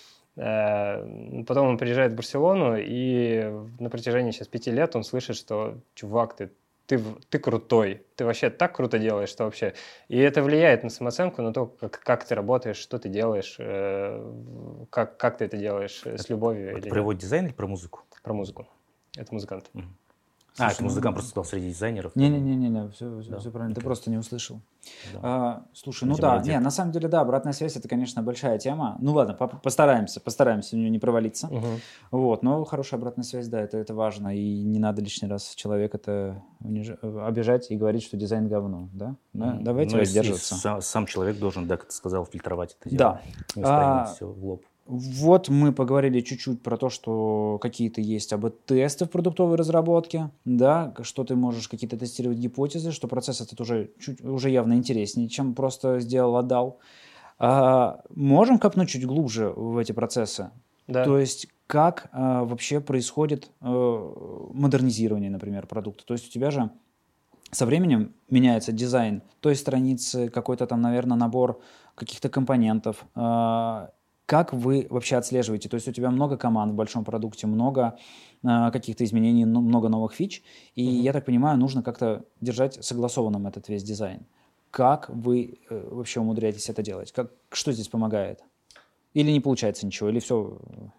Потом он приезжает в Барселону, и на протяжении сейчас пяти лет он слышит, что чувак, ты, ты, ты крутой, ты вообще так круто делаешь, что вообще... И это влияет на самооценку, на то, как, как ты работаешь, что ты делаешь, как, как ты это делаешь, это, с любовью. Это про его дизайн или про музыку? Про музыку. Это музыкант. Mm. А, это музыкант, просто сказал, среди дизайнеров. Не-не-не, все, все, да. все правильно, ты просто не услышал. Да. А, слушай, ну да, не, на самом деле, да, обратная связь, это, конечно, большая тема. Ну ладно, постараемся, постараемся в нее не провалиться. Угу. Вот, но хорошая обратная связь, да, это, это важно, и не надо лишний раз человека это униж... обижать и говорить, что дизайн говно, да? да? Давайте ну, воздерживаться. Сам, сам человек должен, да, как ты сказал, фильтровать это дело. Да. Не устраивать а... все в лоб. Вот мы поговорили чуть-чуть про то, что какие-то есть эй би-тесты в продуктовой разработке, да, что ты можешь какие-то тестировать гипотезы, что процесс этот уже, чуть, уже явно интереснее, чем просто сделал, отдал. А, можем копнуть чуть глубже в эти процессы? Да. То есть как а, вообще происходит а, модернизирование, например, продукта? То есть у тебя же со временем меняется дизайн той страницы, какой-то там, наверное, набор каких-то компонентов, а, Как вы вообще отслеживаете? То есть у тебя много команд в большом продукте, много э, каких-то изменений, ну, много новых фич, и, mm-hmm. я так понимаю, нужно как-то держать согласованным этот весь дизайн. Как вы э, вообще умудряетесь это делать? Как, что здесь помогает? Или не получается ничего, или все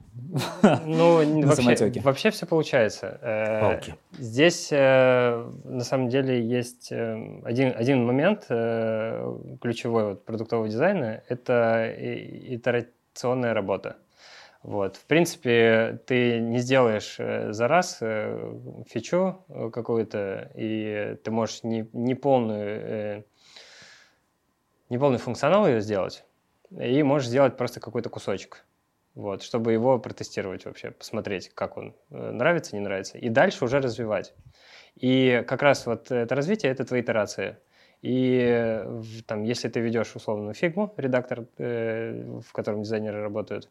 ну, вообще, вообще все получается. Палки. Здесь на самом деле есть один, один момент ключевой вот, продуктового дизайна – это итерационная работа. Вот. В принципе, ты не сделаешь за раз фичу какую-то, и ты можешь не, не, полную, не полный функционал ее сделать, и можешь сделать просто какой-то кусочек, вот, чтобы его протестировать вообще, посмотреть, как он нравится, не нравится, и дальше уже развивать. И как раз вот это развитие – это твои итерации. И там, если ты ведешь условно фигму, редактор, в котором дизайнеры работают,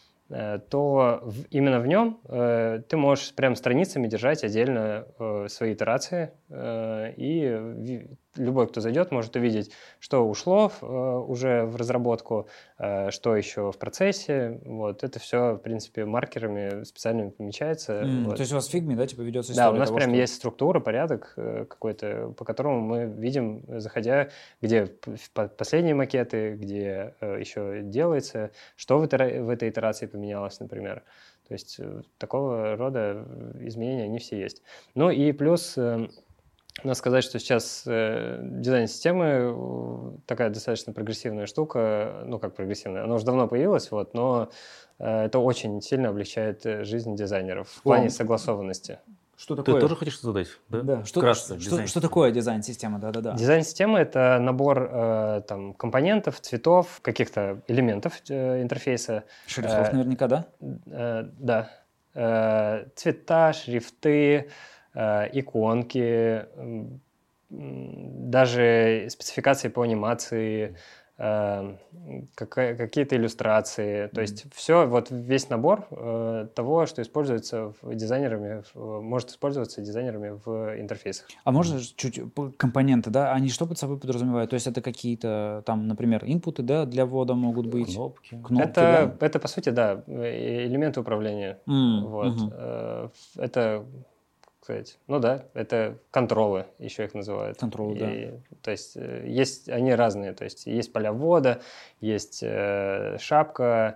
то в, именно в нем э, ты можешь прям страницами держать отдельно э, свои итерации, э, и в, любой, кто зайдет, может увидеть, что ушло э, уже в разработку, э, что еще в процессе. Вот. Это все, в принципе, маркерами специальными помечается. Mm, вот. То есть у вас в фигме, да, типа ведется история? Да, у нас того, прям что... есть структура, порядок э, какой-то, по которому мы видим, заходя, где последние макеты, где э, еще делается, что в, itera- в этой итерации поменялось, например. То есть э, такого рода изменения, они все есть. Ну и плюс... Э, Надо сказать, что сейчас э, дизайн системы э, такая достаточно прогрессивная штука, ну как прогрессивная, она уже давно появилась, вот, но э, это очень сильно облегчает жизнь дизайнеров в плане О, согласованности. Что такое? Ты тоже хочешь задать? Да. да. Что, Вкратце, что, что такое дизайн-система? Да-да-да. Дизайн-система – это набор э, там, компонентов, цветов, каких-то элементов э, интерфейса. Шрифтов э, наверняка, да? Э, да. Э, цвета, шрифты, иконки, даже спецификации по анимации, какие-то иллюстрации. То есть все, вот весь набор того, что используется дизайнерами, может использоваться дизайнерами в интерфейсах. А можно чуть компоненты, да? Они что под собой подразумевают? То есть это какие-то там, например, инпуты, да, для ввода могут быть? Кнопки. Кнопки это, да? это, по сути, да, элементы управления. Mm, вот. Угу. Это... сказать. Ну да, это контролы, еще их называют. Контролы, да. То есть есть, они разные, то есть есть поля ввода, есть э, шапка,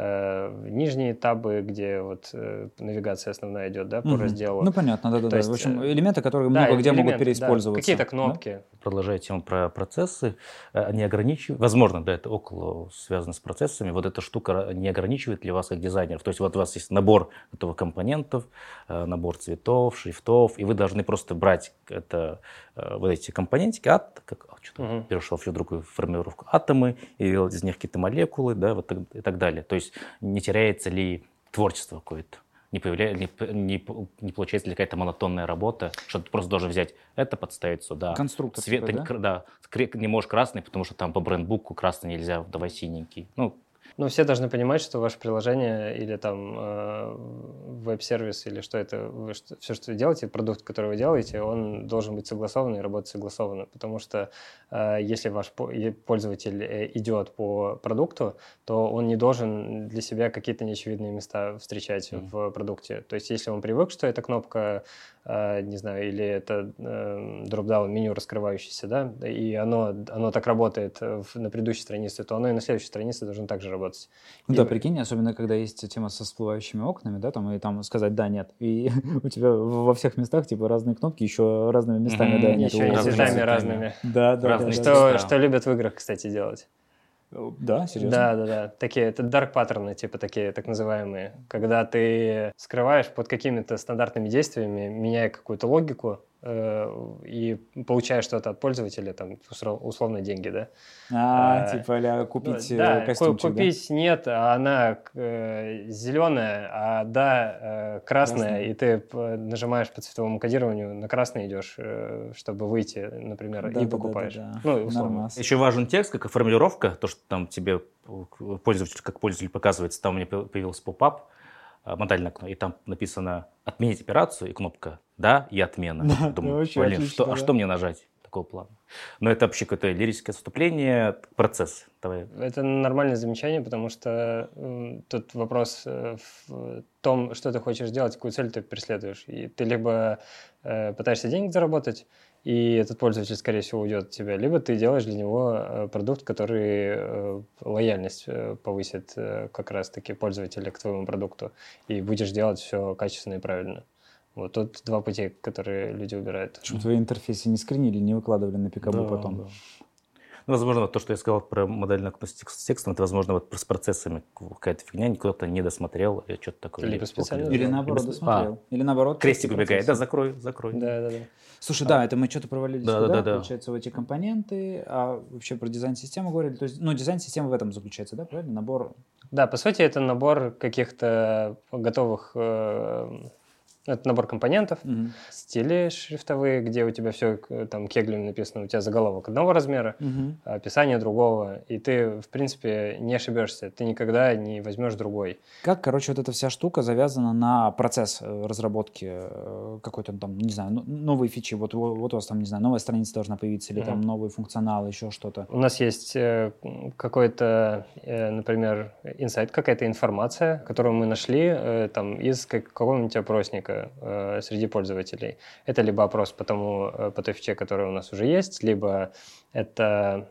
э, нижние табы, где вот э, навигация основная идет, да, по угу. разделу. Ну понятно, да-да-да. Есть, в общем, элементы, которые да, много где элементы, могут переиспользоваться. Да, какие-то кнопки. Да? Продолжая тему про процессы, они ограничивают, возможно, да, это около связано с процессами, вот эта штука не ограничивает ли вас как дизайнеров? То есть вот у вас есть набор готовых компонентов, набор цветов, шрифтов, и вы должны просто брать это, вот эти компонентики, ат, как, что-то угу. перешел в другую формулировку, атомы, и делать из них какие-то молекулы, да, вот так, и так далее. То есть не теряется ли творчество какое-то? Не, появляется, не, не, не получается ли какая-то монотонная работа, что ты просто должен взять это, подставить сюда. Конструктор. Цвет, типа, да? Да, не можешь красный, потому что там по брендбуку красный нельзя, давай синенький. Ну, Ну, все должны понимать, что ваше приложение или там э, веб-сервис, или что это, вы, что, все, что вы делаете, продукт, который вы делаете, он должен быть согласованный и работать согласованно. Потому что э, если ваш пользователь идет по продукту, то он не должен для себя какие-то неочевидные места встречать mm-hmm. в продукте. То есть если он привык, что эта кнопка, э, не знаю, или это э, дроп-даун меню раскрывающееся, да, и оно, оно так работает в, на предыдущей странице, то оно и на следующей странице должно также работать. Ну и... Да, прикинь, особенно когда есть тема со всплывающими окнами, да, там, и там сказать «да», «нет», и у тебя во всех местах, типа, разные кнопки, еще разными местами mm-hmm. «да», «нет». Еще и цветами разными. Да, да, разные да. Что, да, да. что любят в играх, кстати, делать. Да, серьезно? Да, да, да. Такие, это dark паттерны, типа такие, так называемые. Когда ты скрываешь под какими-то стандартными действиями, меняя какую-то логику, э, и получаешь что-то от пользователя, там, условно, деньги, да. А, а типа, а купить ну, да, костюмчик, купить да? нет, а она э, зеленая, а да, э, красная, красная, и ты нажимаешь по цветовому кодированию, на красный идешь, э, чтобы выйти, например, да, и да, покупаешь. Да, да, да. Ну, условно. Нормас. Еще важен текст, как и формулировка, то, что там тебе пользователь, как пользователь показывается, там у меня появился поп-ап, модальное окно, и там написано «отменить операцию» и кнопка «да» и «отмена». Да, Думаю, вообще блин, отлично, что, да. а что мне нажать? такого плана. Но это вообще какое-то лирическое отступление, процесс. Давай. Это нормальное замечание, потому что э, тут вопрос э, в том, что ты хочешь делать, какую цель ты преследуешь. И ты либо э, пытаешься денег заработать, и этот пользователь, скорее всего, уйдет от тебя, либо ты делаешь для него э, продукт, который э, лояльность э, повысит э, как раз-таки пользователя к твоему продукту, и будешь делать все качественно и правильно. Вот тут два пути, которые люди выбирают. Чтобы твои интерфейсы не скринили, не выкладывали на пикабу Да, потом. да. Ну, возможно, вот то, что я сказал про модальную активность с текстом, это, возможно, вот с процессами какая-то фигня, кто-то не досмотрел, или что-то такое. Либо специально. Или наоборот Либо... досмотрел. А, Или наоборот. крестик убегает, да, закрой, закрой. Да, да, да. Слушай, да, это мы что-то провалились Да, туда, да, да, да. получается, в эти компоненты, а вообще про дизайн-систему говорили. То есть, ну, дизайн-система в этом заключается, да, правильно? Набор. Да, по сути, это набор каких-то готовых, э, это набор компонентов, Мгм. стили шрифтовые, где у тебя все там кеглем написано, у тебя заголовок одного размера, Мгм. описание другого, и ты, в принципе, не ошибешься, ты никогда не возьмешь другой. Как, короче, вот эта вся штука завязана на процесс э, разработки э, какой-то там, не знаю, ну, новые фичи. Вот, вот вот у вас там, не знаю, новая страница должна появиться, или там Мгм. новый функционал, еще что-то. У нас есть э, какой-то, э, например, инсайт, какая-то информация, которую мы нашли э, там из как- какого-нибудь опросника э, среди пользователей. Это либо опрос по тому, э, по той фиче, которая у нас уже есть, либо это,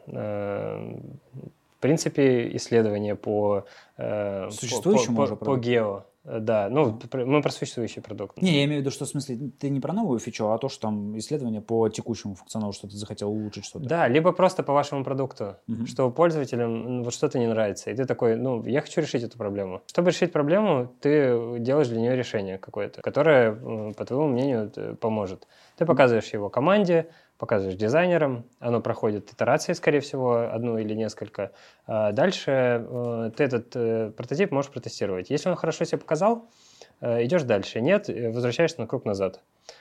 э, в принципе, исследование по, э, Существующему по, по, уже по продукту? гео. Э, Да, ну, пр- мы про существующий продукт. Не, я имею в виду, что в смысле ты не про новую фичу, а то, что там исследование по текущему функционалу, что ты захотел улучшить что-то. Да, либо просто по вашему продукту, Мгм. что пользователям ну, вот что-то не нравится, и ты такой, ну, я хочу решить эту проблему. Чтобы решить проблему, ты делаешь для нее решение какое-то, которое, м, по твоему мнению, т- поможет. Ты показываешь его команде, показываешь дизайнерам, оно проходит итерации, скорее всего, одну или несколько. А дальше э, ты этот э, прототип можешь протестировать. Если он хорошо себя показал, э, идешь дальше. Нет, э, возвращаешься на круг назад.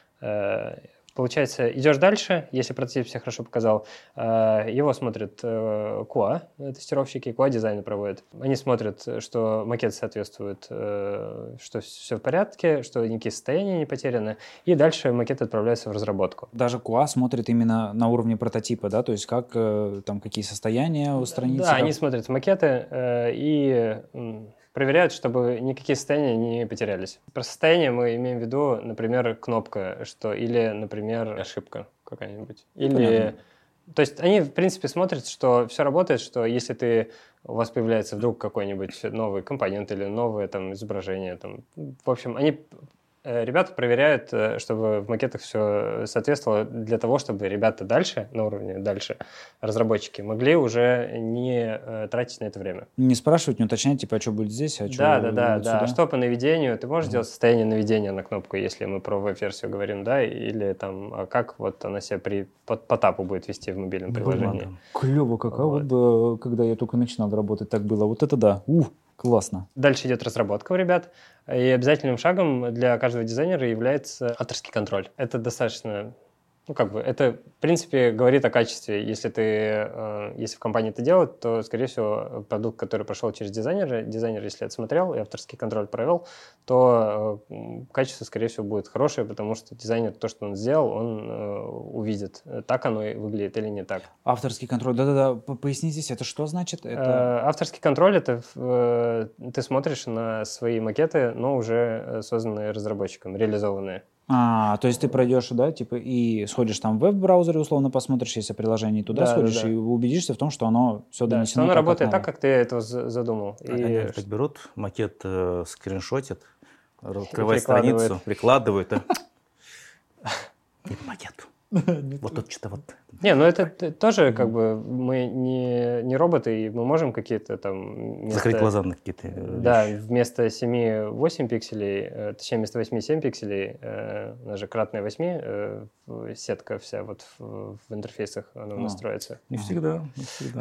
Э, Получается, идешь дальше, если прототип себя хорошо показал, э, его смотрят э, кью эй, э, тестировщики, кью эй дизайны проводят. Они смотрят, что макет соответствует, э, что все в порядке, что никакие состояния не потеряны, и дальше макет отправляется в разработку. Даже кью эй смотрит именно на уровне прототипа, да, то есть как э, там какие состояния у страницы. Да, как- они смотрят макеты э, и м, проверяют, чтобы никакие состояния не потерялись. Про состояние мы имеем в виду, например, кнопка, что или, например, ошибка какая-нибудь. Или, Понятно. то есть они, в принципе, смотрят, что все работает, что если ты, у вас появляется вдруг какой-нибудь новый компонент или новое там изображение, там, в общем, они э, ребята проверяют, э, чтобы в макетах все соответствовало для того, чтобы ребята дальше, на уровне дальше, разработчики, могли уже не э, тратить на это время. Не спрашивать, не уточнять, типа, а что будет здесь, а что Да, да, да, вот да. сюда? А что по наведению? Ты можешь Мгм. сделать состояние наведения на кнопку, если мы про веб-версию говорим, да? Или там, а как вот она себя при, по, по тапу будет вести в мобильном приложении? Ладно. Клево как, а Вот. вот бы, когда я только начинал работать, так было. Вот это да, ух, классно. Дальше идет разработка у ребят, и обязательным шагом для каждого дизайнера является авторский контроль. Это достаточно, ну как бы, это в принципе говорит о качестве. Если ты, э, если в компании это делают, то, скорее всего, продукт, который прошел через дизайнера, дизайнер, если отсмотрел и авторский контроль провел, то э, м, качество, скорее всего, будет хорошее, потому что дизайнер то, что он сделал, он э, увидит, э, так оно и выглядит или не так. Авторский контроль, да-да-да, п- поясни здесь, это что значит? Это... Э, Авторский контроль — это э, ты смотришь на свои макеты, но уже э, созданные разработчиком, реализованные. А, то есть ты пройдешь, да, типа, и сходишь там в веб-браузере, условно посмотришь, если приложение, и туда Да, да, сходишь, да. и убедишься в том, что оно все Да, донесено что оно так, работает как так, надо. как ты этого за- задумал. Они И так берут, макет э, скриншотят, открывают прикладывают. страницу, прикладывают. и- Не по макету. Вот тут что-то вот. Не, ну это т- тоже как бы мы не, не роботы, и мы можем какие-то там... вместо- Закрыть глаза на какие-то э, Да, вещи. вместо семи восемь пикселей, э, точнее, вместо восьми семь пикселей, э, у нас же кратное восьми, э, в- сетка вся вот в, в интерфейсах она у нас А. строится. Не всегда, не всегда.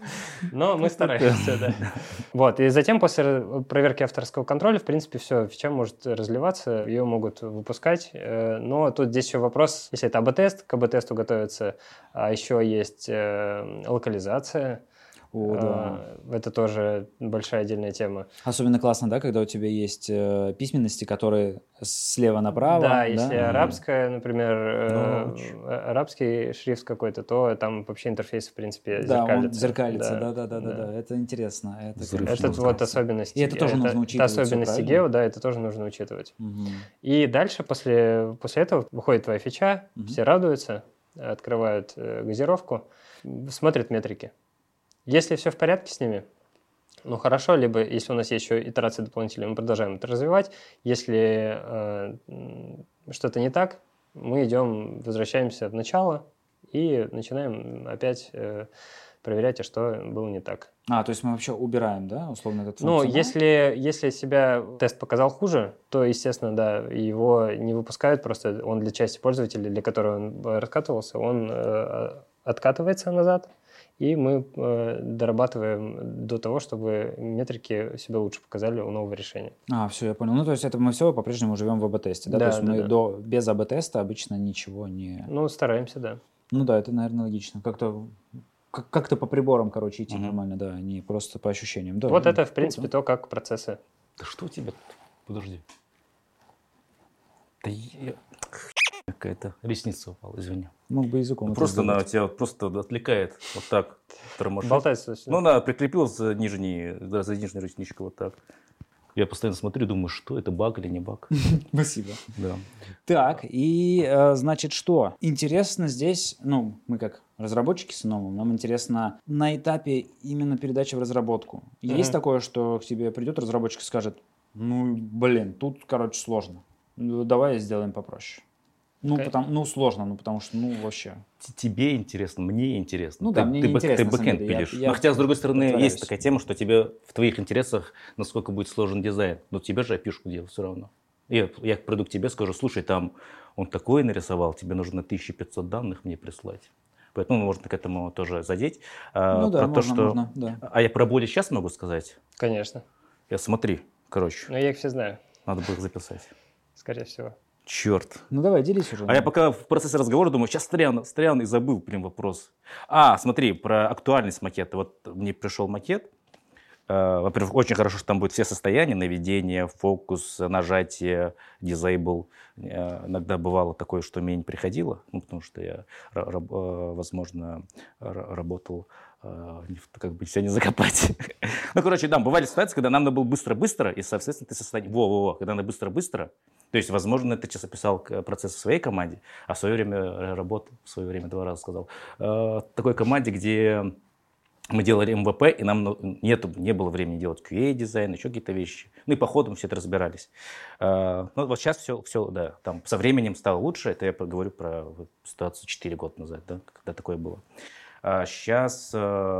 Но мы стараемся, да. Вот, и затем после ра- проверки авторского контроля, в принципе, все, фича может разливаться, ее могут выпускать, э, но тут здесь еще вопрос, если это эй би-тест, к эй би-тесту готовится, а еще есть э, локализация. О, да. Это тоже большая отдельная тема. Особенно классно, да, когда у тебя есть э, письменности, которые слева направо. Да, да? если Mm-hmm. арабская, например, э, арабский шрифт какой-то, то там вообще интерфейс, в принципе, да, зеркалится. Он зеркалится. Да, да, да, да, да. да. Это интересно. Это, это вот особенности. И это тоже это, нужно учитывать. Это особенности гео, да, это тоже нужно учитывать. Mm-hmm. И дальше, после, после этого, выходит твоя фича, mm-hmm. все радуются, открывают э, газировку, смотрят метрики. Если все в порядке с ними, ну хорошо, либо если у нас есть еще итерации дополнительные, мы продолжаем это развивать. Если э, что-то не так, мы идем, возвращаемся в начало и начинаем опять э, проверять, а что было не так. А, то есть мы вообще убираем, да, условно, этот функционал? Ну, если, если себя тест показал хуже, то, естественно, да, его не выпускают, просто он для части пользователей, для которой он раскатывался, он э, откатывается назад, и мы э, дорабатываем до того, чтобы метрики себя лучше показали у нового решения. А, все, я понял. Ну, то есть это мы все по-прежнему живем в эй би-тесте, да? Да, то есть да, мы да. До, без эй би-теста обычно ничего не... Ну, стараемся, да. Ну да, это, наверное, логично. Как-то как-то по приборам, короче, идти Угу. нормально, да, не просто по ощущениям. Да, вот ну, это, в принципе, круто. то, как процессы. Да что у тебя? Подожди. Да я... Какая-то ресница упала, извини. Мог бы языком. Просто она тебя просто отвлекает, вот так тормошит. Болтается. Ну, она прикрепилась за нижний, за нижнюю ресничку вот так. Я постоянно смотрю, думаю, что это, баг или не баг. Спасибо. Да. Так, и значит что? Интересно здесь, ну, мы как разработчики с Номом, нам интересно на этапе именно передачи в разработку. Есть такое, что к тебе придет разработчик и скажет, ну, блин, тут, короче, сложно. Давай сделаем попроще. Ну, okay. потому, ну, сложно, ну, потому что, ну, вообще. Тебе интересно, мне интересно. Ну ты, да, мне ты, не интересно. Ты бэкэнд пилишь. Я, я Но хотя, с другой стороны, повторяюсь. Есть такая тема, что тебе в твоих интересах, насколько будет сложен дизайн. Но тебе же опишку делать все равно. Я, я приду к тебе, скажу, слушай, там он такое нарисовал, тебе нужно тысяча пятьсот данных мне прислать. Поэтому можно к этому тоже задеть. Ну а, да, про можно, то, что... можно, да. А я про боли сейчас могу сказать? Конечно. Я смотри, короче. Но я их все знаю. Надо было записать. Скорее всего. Черт. Ну давай, делись уже. А я пока в процессе разговора думаю, сейчас стряну, стряну и забыл прям вопрос. А, смотри, про актуальность макета. Вот мне пришел макет. Э, во-первых, очень хорошо, что там будет все состояния: наведение, фокус, нажатие, disable. Э, иногда бывало такое, что мне не приходило, ну, потому что я, возможно, работал, как бы себя не закопать. Ну, короче, да, бывали ситуации, когда нам надо было быстро-быстро, и, соответственно, ты состояние... Во-во-во, когда надо быстро-быстро. То есть, возможно, ты сейчас описал процесс в своей команде, а в свое время работал, в свое время два раза сказал, в такой команде, где мы делали эм вэ пэ, и нам нету, не было времени делать кью эй-дизайн, еще какие-то вещи. Ну и по ходу мы все это разбирались. Ну вот сейчас все, все, да, там со временем стало лучше. Это я говорю про ситуацию четыре года назад, да, когда такое было. Сейчас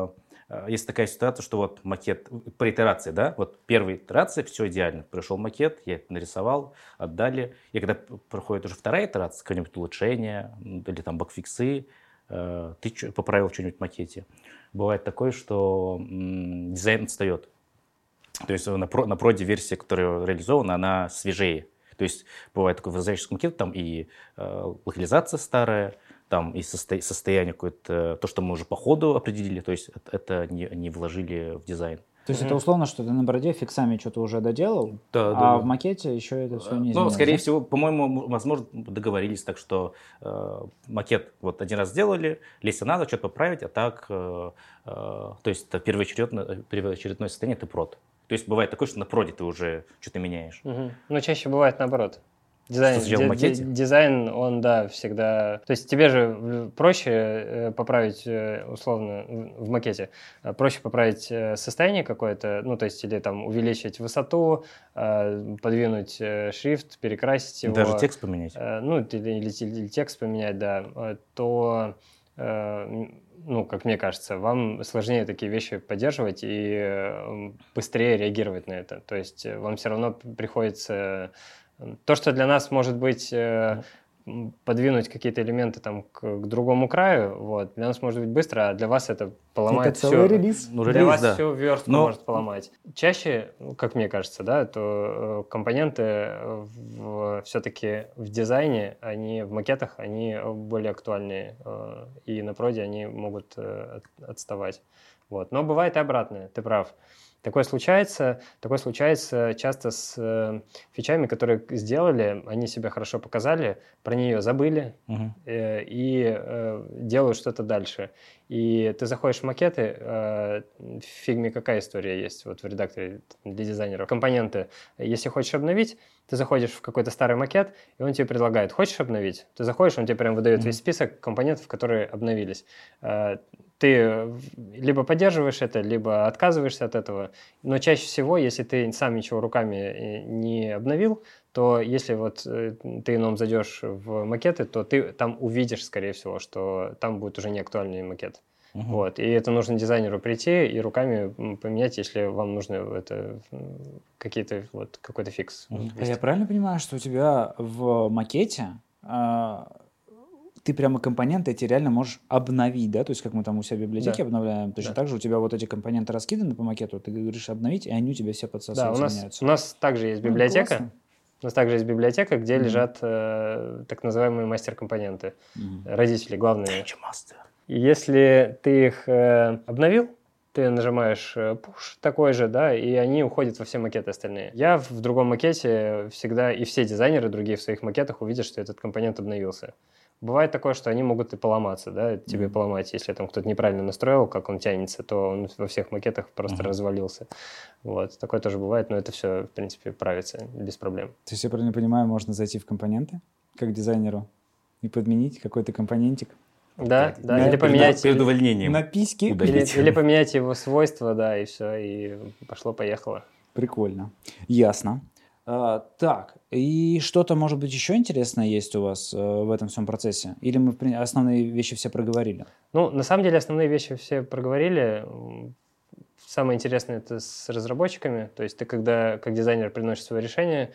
есть такая ситуация, что вот макет, по итерации, да, вот первая итерация, все идеально. Пришел макет, я это нарисовал, отдали. И когда проходит уже вторая итерация, какое-нибудь улучшение или там багфиксы, ты поправил что-нибудь в макете. Бывает такое, что м, дизайн отстает. То есть на, про, на проде версия, которая реализована, она свежее. То есть бывает такой возвращающийся макет, там и э, локализация старая, там и состо, состояние какое-то, то, что мы уже по ходу определили, то есть это, это не, не вложили в дизайн. То есть mm-hmm. это условно, что ты на броде фиксами что-то уже доделал, да, а да, в макете еще это все не изменилось? Ну, скорее да? всего, по-моему, возможно, договорились так, что э, макет вот один раз сделали, если надо, что-то поправить, а так, э, э, то есть это первоочередное, первоочередное состояние, это прод. То есть бывает такое, что на проде ты уже что-то меняешь. Угу. Но чаще бывает наоборот. Дизайн, что в макете? Дизайн, он, да, всегда... То есть тебе же проще поправить, условно, в макете, проще поправить состояние какое-то, ну, то есть или там увеличить высоту, подвинуть шрифт, перекрасить его. Даже текст поменять. Ну, или, или, или текст поменять, да. То, ну, как мне кажется, вам сложнее такие вещи поддерживать и быстрее реагировать на это. То есть вам все равно приходится... То, что для нас может быть э, подвинуть какие-то элементы там, к, к другому краю, вот, для нас может быть быстро, а для вас это поломает Это целый все. релиз. Ну, Для релиз, вас да. всю верстку Но- может поломать. Чаще, ну, как мне кажется, да, то э, компоненты все-таки в дизайне, они в макетах, они более актуальные. э, И на проде они могут э, от- отставать. Вот. Но бывает и обратное, ты прав. Такое случается, такое случается часто с э, фичами, которые сделали, они себя хорошо показали, про нее забыли Мгм. э, и э, делают что-то дальше. И ты заходишь в макеты, э, в фигме какая история есть вот в редакторе для дизайнеров. Компоненты, если хочешь обновить, ты заходишь в какой-то старый макет, и он тебе предлагает, хочешь обновить? Ты заходишь, он тебе прям выдает Мгм. весь список компонентов, которые обновились. Э, Ты либо поддерживаешь это, либо отказываешься от этого. Но чаще всего, если ты сам ничего руками э, не обновил, то если вот э, ты ном зайдешь в макеты, то ты там увидишь, скорее всего, что там будет уже не актуальный макет. Мгм. Вот. И это нужно дизайнеру прийти и руками м, поменять, если вам нужно это м, какие-то вот какой-то фикс. Мгм. А я правильно понимаю, что у тебя в макете а, ты прямо компоненты эти реально можешь обновить, да? То есть как мы там у себя в библиотеке Да. обновляем, точно Да. так же у тебя вот эти компоненты раскиданы по макету, ты говоришь обновить, и они у тебя все Да, подсасываются, у нас, меняются. у нас также есть Ну, библиотека. классно. У нас также есть библиотека, где Мгм. лежат э, так называемые мастер-компоненты. Мгм. Родители главные. Change master. И если ты их э, обновил, ты нажимаешь э, push такой же, да, и они уходят во все макеты остальные. Я в другом макете всегда, и все дизайнеры другие в своих макетах увидят, что этот компонент обновился. Бывает такое, что они могут и поломаться, да, тебе Мгм. поломать, если там кто-то неправильно настроил, как он тянется, то он во всех макетах просто Мгм. развалился. Вот, такое тоже бывает, но это все, в принципе, правится без проблем. То есть я правильно понимаю, можно зайти в компоненты, как дизайнеру, и подменить какой-то компонентик? Да, да, На- или перед- поменять... Перед или- увольнением. На письки. Или, Удалить. или поменять его свойства, да, и все, и пошло-поехало. Прикольно. Ясно. А, так, и что-то, может быть, еще интересное есть у вас э, в этом всем процессе? Или мы в при- основные вещи все проговорили? Ну, на самом деле, основные вещи все проговорили. М, Самое интересное это с разработчиками. То есть ты, когда как дизайнер приносишь свое решение,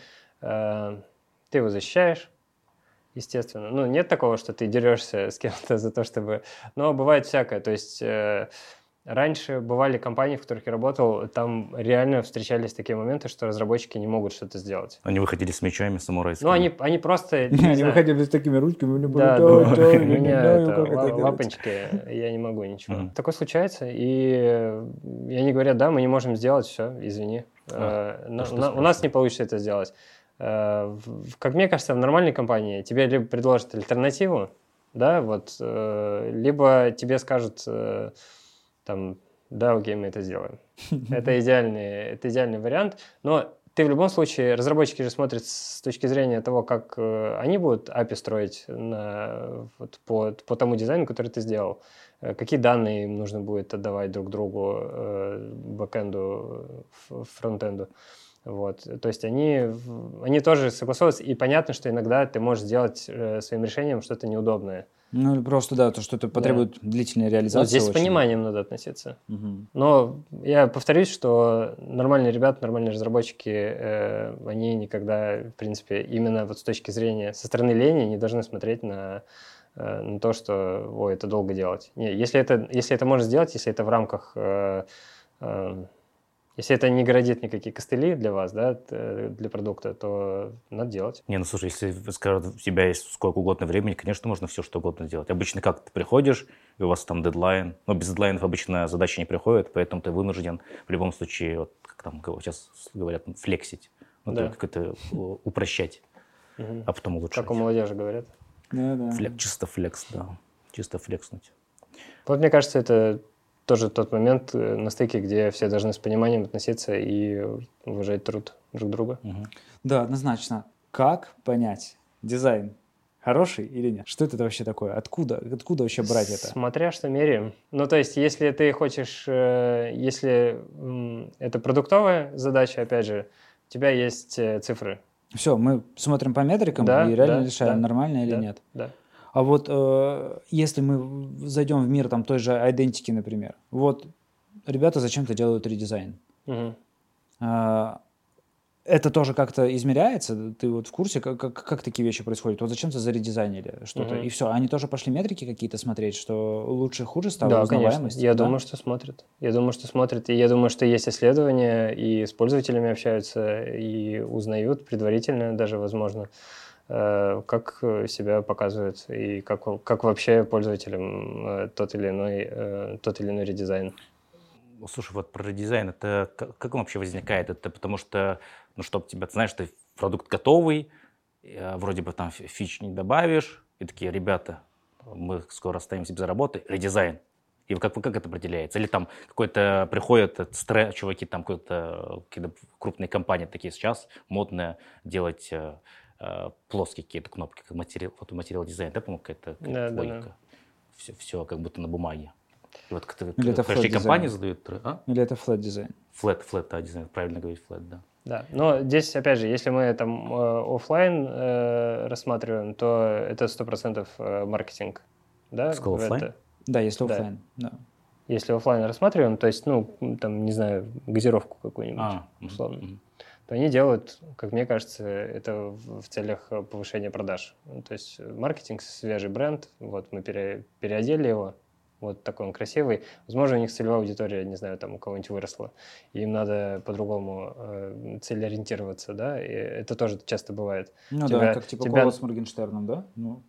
э, ты его защищаешь, естественно. Ну, нет такого, что ты дерешься с кем-то за то, чтобы... Но бывает всякое. То есть э, раньше бывали компании, в которых я работал, там реально встречались такие моменты, что разработчики не могут что-то сделать. Они выходили с мечами самурайскими. Ну, они, они просто... не Они знаю, выходили с такими ручками, блин, Да, полетают, да, ой, у я не меня знаю, это, как это ла- делается. лапончики, я не могу ничего. Мгм. Такое случается, и э, и они говорят, да, мы не можем сделать, все, извини. А, Э, на- то, что на- у нас спрашивал. не получится это сделать. Э, в- в- Как мне кажется, в нормальной компании тебе либо предложат альтернативу, да, вот, э, либо тебе скажут, э, там, да, окей, мы это сделаем. Это идеальный, это идеальный вариант, но ты в любом случае, разработчики же смотрят с точки зрения того, как э, они будут эй пи ай строить на, вот, по, по тому дизайну, который ты сделал. Э, какие данные им нужно будет отдавать друг другу, э, бэкэнду, ф- фронтенду. Вот. То есть они, в- они тоже согласовываются, и понятно, что иногда ты можешь сделать э, своим решением что-то неудобное. Ну, или просто, да, то, что это потребует длительной Ну, реализации. здесь с очень. пониманием надо относиться. Мгм. Но я повторюсь, что нормальные ребята, нормальные разработчики, э, они никогда, в принципе, именно вот с точки зрения, со стороны лени не должны смотреть на, э, на то, что, ой, это долго делать. Не, если это, если это можно сделать, если это в рамках, э, э, если это не городит никакие костыли для вас, да, т- для продукта, то надо делать. Не, ну слушай, если вы скажут, у тебя есть сколько угодно времени, конечно, можно все что угодно делать. Обычно как ты приходишь, и у вас там дедлайн. Но без дедлайнов обычно задачи не приходят, поэтому ты вынужден в любом случае, вот как там говор- сейчас говорят, флексить. Ну, Да. то как это у- упрощать, Мгм. а потом улучшать. Как у молодежи говорят. Да, да. Флек- чисто флекс, да. Чисто флекснуть. Вот мне кажется, это тоже тот момент э, на стыке, где все должны с пониманием относиться и уважать труд друг друга. Мгм. Да, однозначно. Как понять, дизайн хороший или нет? Что это вообще такое? Откуда, откуда вообще брать это? Смотря что меряем. Ну, то есть, если ты хочешь, э, если м, это продуктовая задача, опять же, у тебя есть э, цифры. Все, мы смотрим по метрикам Да, и реально да, решаем, да, нормально или да, нет. Да. А вот э, если мы в- зайдем в мир там той же идентики, например, вот ребята зачем-то делают редизайн. Мгм. А, это тоже как-то измеряется? Ты вот в курсе, как, как, как такие вещи происходят? Вот зачем-то заредизайнили что-то, Мгм. и все. Они тоже пошли метрики какие-то смотреть, что лучше, хуже стало, Да, конечно. узнаваемость? Я да? думаю, что смотрят. Я думаю, что смотрят. И я думаю, что есть исследования, и с пользователями общаются, и узнают предварительно даже, возможно, э, как э, себя показывают, и как, во- как вообще пользователям э, тот или иной, э, тот или иной редизайн. Ну, слушай, вот про редизайн, это как, как он вообще возникает? Это потому что, ну, чтобы тебя, ты знаешь, что продукт готовый, э, вроде бы там фи- фич не добавишь, и такие, ребята, мы скоро останемся без работы, редизайн. И как, как это определяется? Или там какой-то приходят э, стре- чуваки, там какие-то, какие-то крупные компании такие сейчас, модно делать э, э, плоские какие-то кнопки, как материал, фотоматериал дизайн, да, по-моему, какая-то, какая-то Да, да, да. логика. Все, все как будто на бумаге. И вот как-то Или это большие flat компании дизайн? задают... А? Или это flat дизайн? Флэт, флэт, да, дизайн, правильно говорить, флэт, да. Да, но здесь, опять же, если мы там э, оффлайн э, рассматриваем, то это сто процентов э, маркетинг. Да, Сказал в оффлайн? это. Да, если Да. оффлайн. Да. Если оффлайн рассматриваем, то есть, ну, там, не знаю, газировку какую-нибудь, А, мгм, условно, мгм. то они делают, как мне кажется, это в, в целях э, повышения продаж. Ну, то есть э, маркетинг, свежий бренд, вот мы пере- переодели его, вот такой он красивый. Возможно, у них целевая аудитория, не знаю, там у кого-нибудь выросла, и им надо по-другому э, целеориентироваться, да, и это тоже часто бывает. Ну Тебя- да, как типа тебя- Кола с Моргенштерном, да? Ну,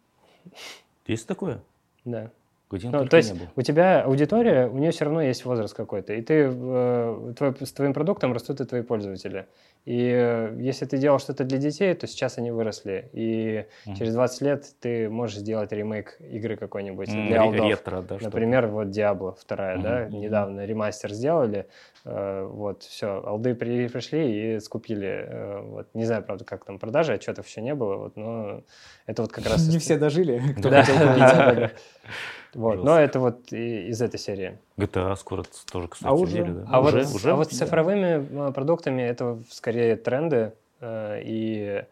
Есть такое? Да. Где он Ну, только то есть не был. у тебя аудитория, у нее все равно есть возраст какой-то, и ты э, твой- с твоим продуктом растут и твои пользователи. И э, если ты делал что-то для детей, то сейчас они выросли, и Мгм. через двадцать лет ты можешь сделать ремейк игры какой-нибудь М, для ре- алдов. Ретро, да, что-то. Например, вот Diablo два, Мгм, да, мгм. недавно ремастер сделали, э, вот, все, алды при- пришли и скупили, э, вот, не знаю, правда, как там продажи, отчетов еще не было, вот, но это вот как раз... не все дожили, кто Да, хотел да, купить. да, да. Вот, но Жестко. это вот и- из этой серии. джи ти эй скоро ц- тоже, кстати, А уже? неделю, да? А уже, вот, с- уже? а вот с Да. цифровыми э, продуктами это скорее тренды. э, И,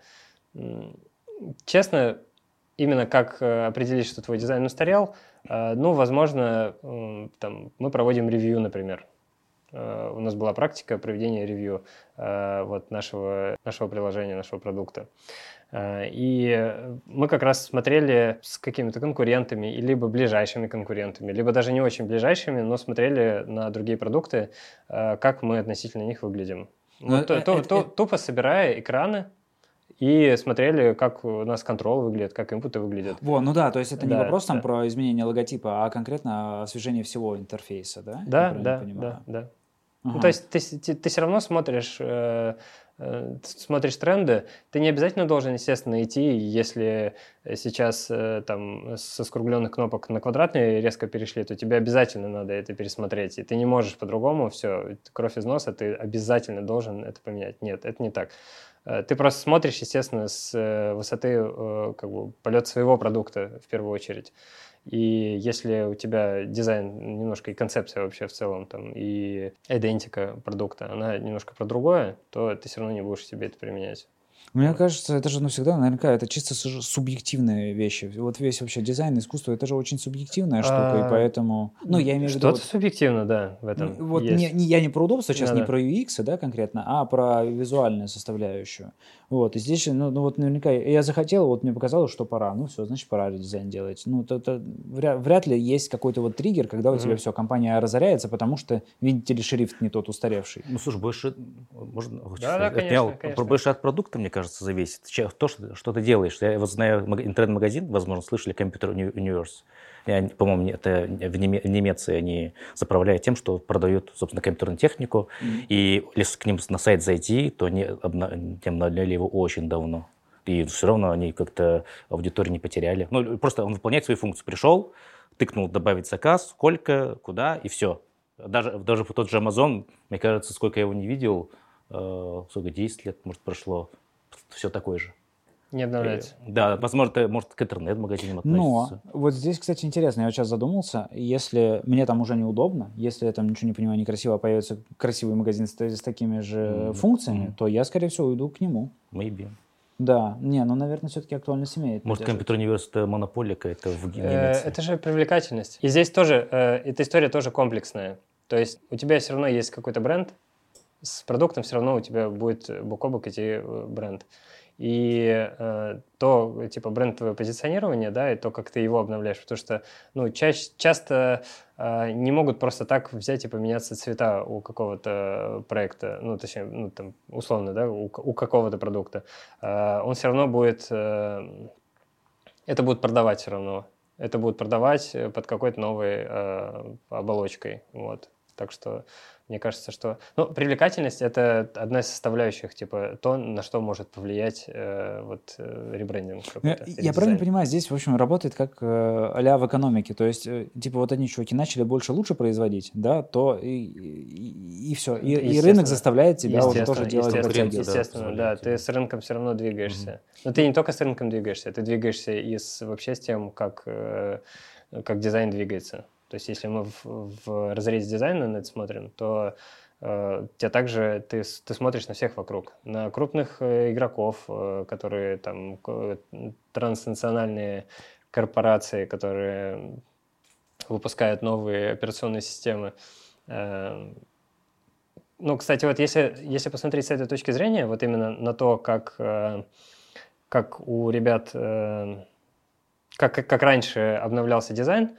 м, честно, именно как э, определить, что твой дизайн устарел, э, ну, возможно, м, там, мы проводим ревью, например. Э, У нас была практика проведения ревью э, вот нашего, нашего приложения, нашего продукта. Э, И мы как раз смотрели с какими-то конкурентами, и либо ближайшими конкурентами, либо даже не очень ближайшими, но смотрели на другие продукты, э, как мы относительно них выглядим. Но Вот, э- ту- это- ту- это- Тупо собирая экраны и смотрели, как у нас контрол выглядит, как инпуты выглядят. Во, ну да, то есть это не Да, вопрос там да. про изменение логотипа, а конкретно освежение всего интерфейса, да? Я Да, правильно да, понимаю? да, да. Ага. Ну, то есть ты, с- ты, ты все равно смотришь, э, э, т- смотришь тренды. Ты не обязательно должен, естественно, идти, если сейчас э, там со скругленных кнопок на квадратные резко перешли, то тебе обязательно надо это пересмотреть. И ты не можешь по-другому, все, кровь из носа, ты обязательно должен это поменять. Нет, это не так. Э, Ты просто смотришь, естественно, с э, высоты э, как бы полет своего продукта в первую очередь. И если у тебя дизайн немножко и концепция вообще в целом, там, и идентика продукта, она немножко про другое, то ты все равно не будешь себе это применять. Мне кажется, это же навсегда, наверняка, это чисто су- субъективные вещи. Вот весь вообще дизайн, искусство, это же очень субъективная штука, и А, поэтому... Ну, я имею в виду... Что-то вот- субъективно, да, в Ну, этом вот не, есть. не- я не про удобство сейчас, Ну не да. про ю экс, да, конкретно, а про визуальную составляющую. Вот, и здесь, ну, ну вот наверняка, я захотел, вот мне показалось, что пора, ну все, значит, пора редизайн делать. Ну, это, это вряд, вряд ли есть какой-то вот триггер, когда у тебя Мгм. все, компания разоряется, потому что, видите ли, шрифт не тот устаревший. Ну, слушай, больше, можно, Да, да, от конечно, меня конечно. больше от продукта, мне кажется, зависит. Че- То, что, что ты делаешь. Я вот знаю маг- интернет-магазин, возможно, слышали, Computer Uni- Universe. Я, по-моему, не- это в Неме- в Немеции они заправляют тем, что продают, собственно, компьютерную технику. Мгм. И если к ним на сайт зайти, то они обна- они обновляли его очень давно. И все равно они как-то аудиторию не потеряли. Ну, просто он выполняет свою функцию. Пришел, тыкнул добавить заказ, сколько, куда, и все. Даже, даже тот же Amazon, мне кажется, сколько я его не видел, э, сколько, десять лет, может, прошло, все такое же. Не обновляется. И, да, возможно, это может к интернет-магазинам Но относится. вот здесь, кстати, интересно, я вот сейчас задумался, если мне там уже неудобно, если я там ничего не понимаю, некрасиво, а появится красивый магазин с, с такими же Мгм. функциями, Мгм. то я, скорее всего, уйду к нему. Maybe. Да, не, ну, наверное, все-таки актуальность имеет. Может, поддерживать. компьютер универс это монополия какая-то в Ге- Э, Немеции. Это же привлекательность. И здесь тоже, э, эта история тоже комплексная. То есть у тебя все равно есть какой-то бренд, с продуктом все равно у тебя будет бок о бок идти бренд. И э, то, типа, брендовое позиционирование, да, и то, как ты его обновляешь, потому что, ну, чаще, часто э, не могут просто так взять и поменяться цвета у какого-то проекта, ну, точнее, ну, там, условно, да, у, у какого-то продукта. Э, он все равно будет, э, это будет продавать все равно, это будет продавать под какой-то новой э, оболочкой, вот, так что... Мне кажется, что... Ну, привлекательность — это одна из составляющих, типа, то, на что может повлиять э, вот э, ребрендинг какой-то. Я, я правильно понимаю, здесь, в общем, работает как э, а-ля в экономике. То есть, э, типа, вот одни чуваки начали больше лучше производить, да, то и, и, и все. И, и рынок заставляет тебя уже тоже делать естественно, естественно, да. Ты с рынком все равно двигаешься. Mm-hmm. Но ты не только с рынком двигаешься, ты двигаешься и с, вообще с тем, как, э, как дизайн двигается. То есть, если мы в, в разрезе дизайна на это смотрим, то э, тебя также ты, ты смотришь на всех вокруг, на крупных э, игроков, э, которые там э, транснациональные корпорации, которые выпускают новые операционные системы. Э, ну, кстати, вот если, если посмотреть с этой точки зрения, вот именно на то, как, э, как у ребят, э, как, как, как раньше обновлялся дизайн,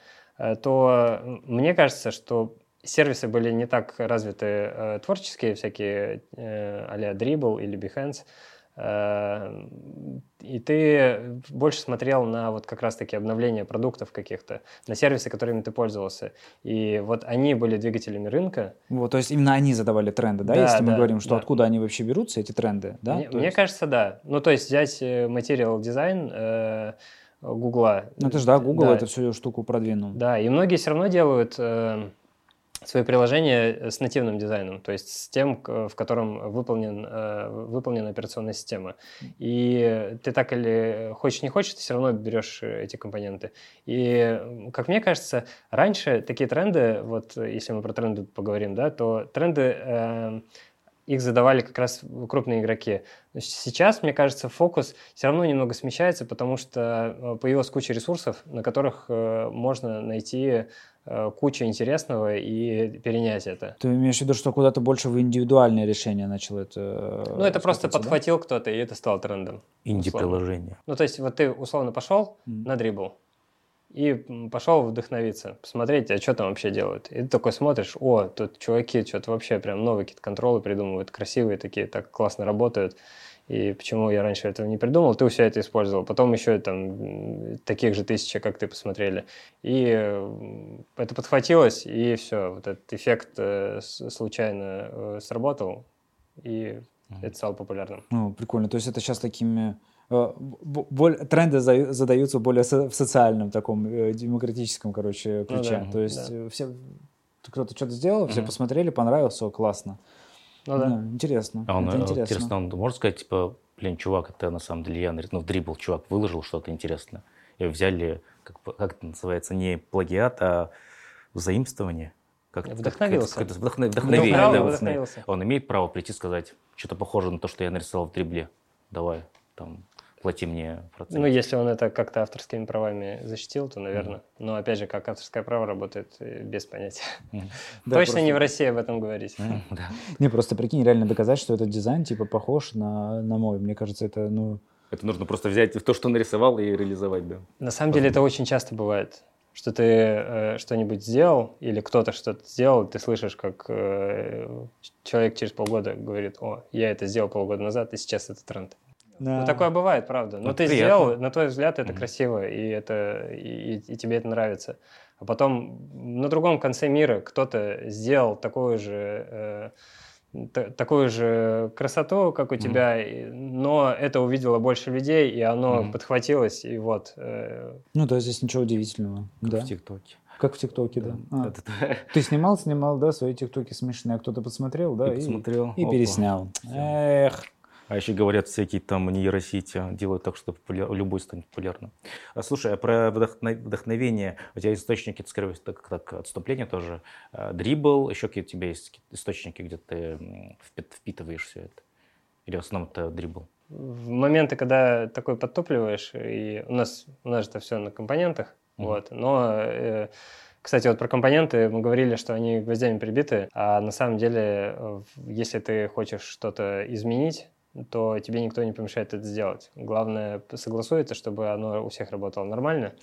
то мне кажется, что сервисы были не так развиты, э, творческие всякие, э, а-ля Dribbble или Behance, э, и ты больше смотрел на вот как раз-таки обновление продуктов каких-то, на сервисы, которыми ты пользовался. И вот они были двигателями рынка. Вот, то есть именно они задавали тренды, да, да если мы да, говорим, что да. Откуда они вообще берутся, эти тренды, да? Мне, мне есть... кажется, да. Ну, то есть взять материал дизайн, э, Гугла. Ну, это же, да, Google да. эту всю штуку продвинул. Да, и многие все равно делают э, свои приложения с нативным дизайном, то есть с тем, в котором выполнен, э, выполнена операционная система. И ты так или хочешь не хочешь, ты все равно берешь эти компоненты. И, как мне кажется, раньше такие тренды, вот если мы про тренды поговорим, да, то тренды... Э, их задавали как раз крупные игроки. Сейчас, мне кажется, фокус все равно немного смещается, потому что появилась куча ресурсов, на которых можно найти кучу интересного и перенять это. Ты имеешь в виду, что куда-то больше в индивидуальное решение начал это... Ну, это просто подхватил да? кто-то, и это стало трендом. Инди-приложение. Ну, то есть вот ты условно пошел mm. на Dribbble, и пошел вдохновиться, посмотреть, а что там вообще делают. И ты такой смотришь, о, тут чуваки что-то вообще прям новые какие-то контролы придумывают, красивые такие, так классно работают. И почему я раньше этого не придумал, ты все это использовал. Потом еще там таких же тысячи, как ты, посмотрели. И это подхватилось, и все, вот этот эффект случайно сработал, и mm-hmm. это стало популярным. Ну, прикольно. То есть это сейчас такими... Тренды задаются более в социальном таком демократическом, короче, ключе. Ну, да, То есть да. все, кто-то что-то сделал, все mm-hmm. посмотрели, понравилось, все классно. Ну да. да интересно. А он, это интересно. интересно, он может сказать, типа, блин, чувак, это на самом деле я, ну, в Dribbble чувак выложил что-то интересное. И взяли, как, как это называется, не плагиат, а заимствование. Как, вдохновился. Как, вдохно, вдохновение. Да, да, вдохновился. Он имеет право прийти и сказать, что-то похоже на то, что я нарисовал в Dribbble. Давай, там... плати мне процент. Ну, если он это как-то авторскими правами защитил, то, наверное. Mm-hmm. Но, опять же, как авторское право работает, без понятия. Mm-hmm. Точно просто... не в России об этом говорить. Mm-hmm. Да. Не, просто прикинь, реально доказать, что этот дизайн, типа, похож на, на мой. Мне кажется, это, ну... Это нужно просто взять то, что нарисовал, и реализовать, да. На самом деле, это очень часто бывает. Что ты э, что-нибудь сделал, или кто-то что-то сделал, ты слышишь, как э, человек через полгода говорит, о, я это сделал полгода назад, и сейчас это тренд. Да. Ну, такое бывает, правда. Но ну, ты приятно. Сделал, на твой взгляд, это mm-hmm. красиво, и, это, и, и тебе это нравится. А потом на другом конце мира кто-то сделал такую же, э, т- такую же красоту, как у mm-hmm. тебя, но это увидело больше людей, и оно mm-hmm. подхватилось, и вот. Э... Ну, да, здесь ничего удивительного. Как да. в ТикТоке. Как в ТикТоке, да. да. А. Это... Ты снимал, снимал, да, свои ТикТоки смешные, а кто-то посмотрел, да, и, посмотрел. и, и переснял. Эх. А еще говорят, всякие там нейросети делают так, что популяр... любой станет популярным. А, слушай, а про вдохно... вдохновение, у тебя есть источники, скорее всего, так, так, отступление тоже. Dribbble, еще какие у тебя есть источники, где ты впитываешь все это? Или в основном это Dribbble? В моменты, когда такой подтопливаешь, и у нас, у нас же это все на компонентах, mm-hmm. вот, но э, Кстати, вот про компоненты мы говорили, что они гвоздями прибиты, а на самом деле, если ты хочешь что-то изменить, то тебе никто не помешает это сделать. Главное согласуй это, чтобы оно у всех работало нормально.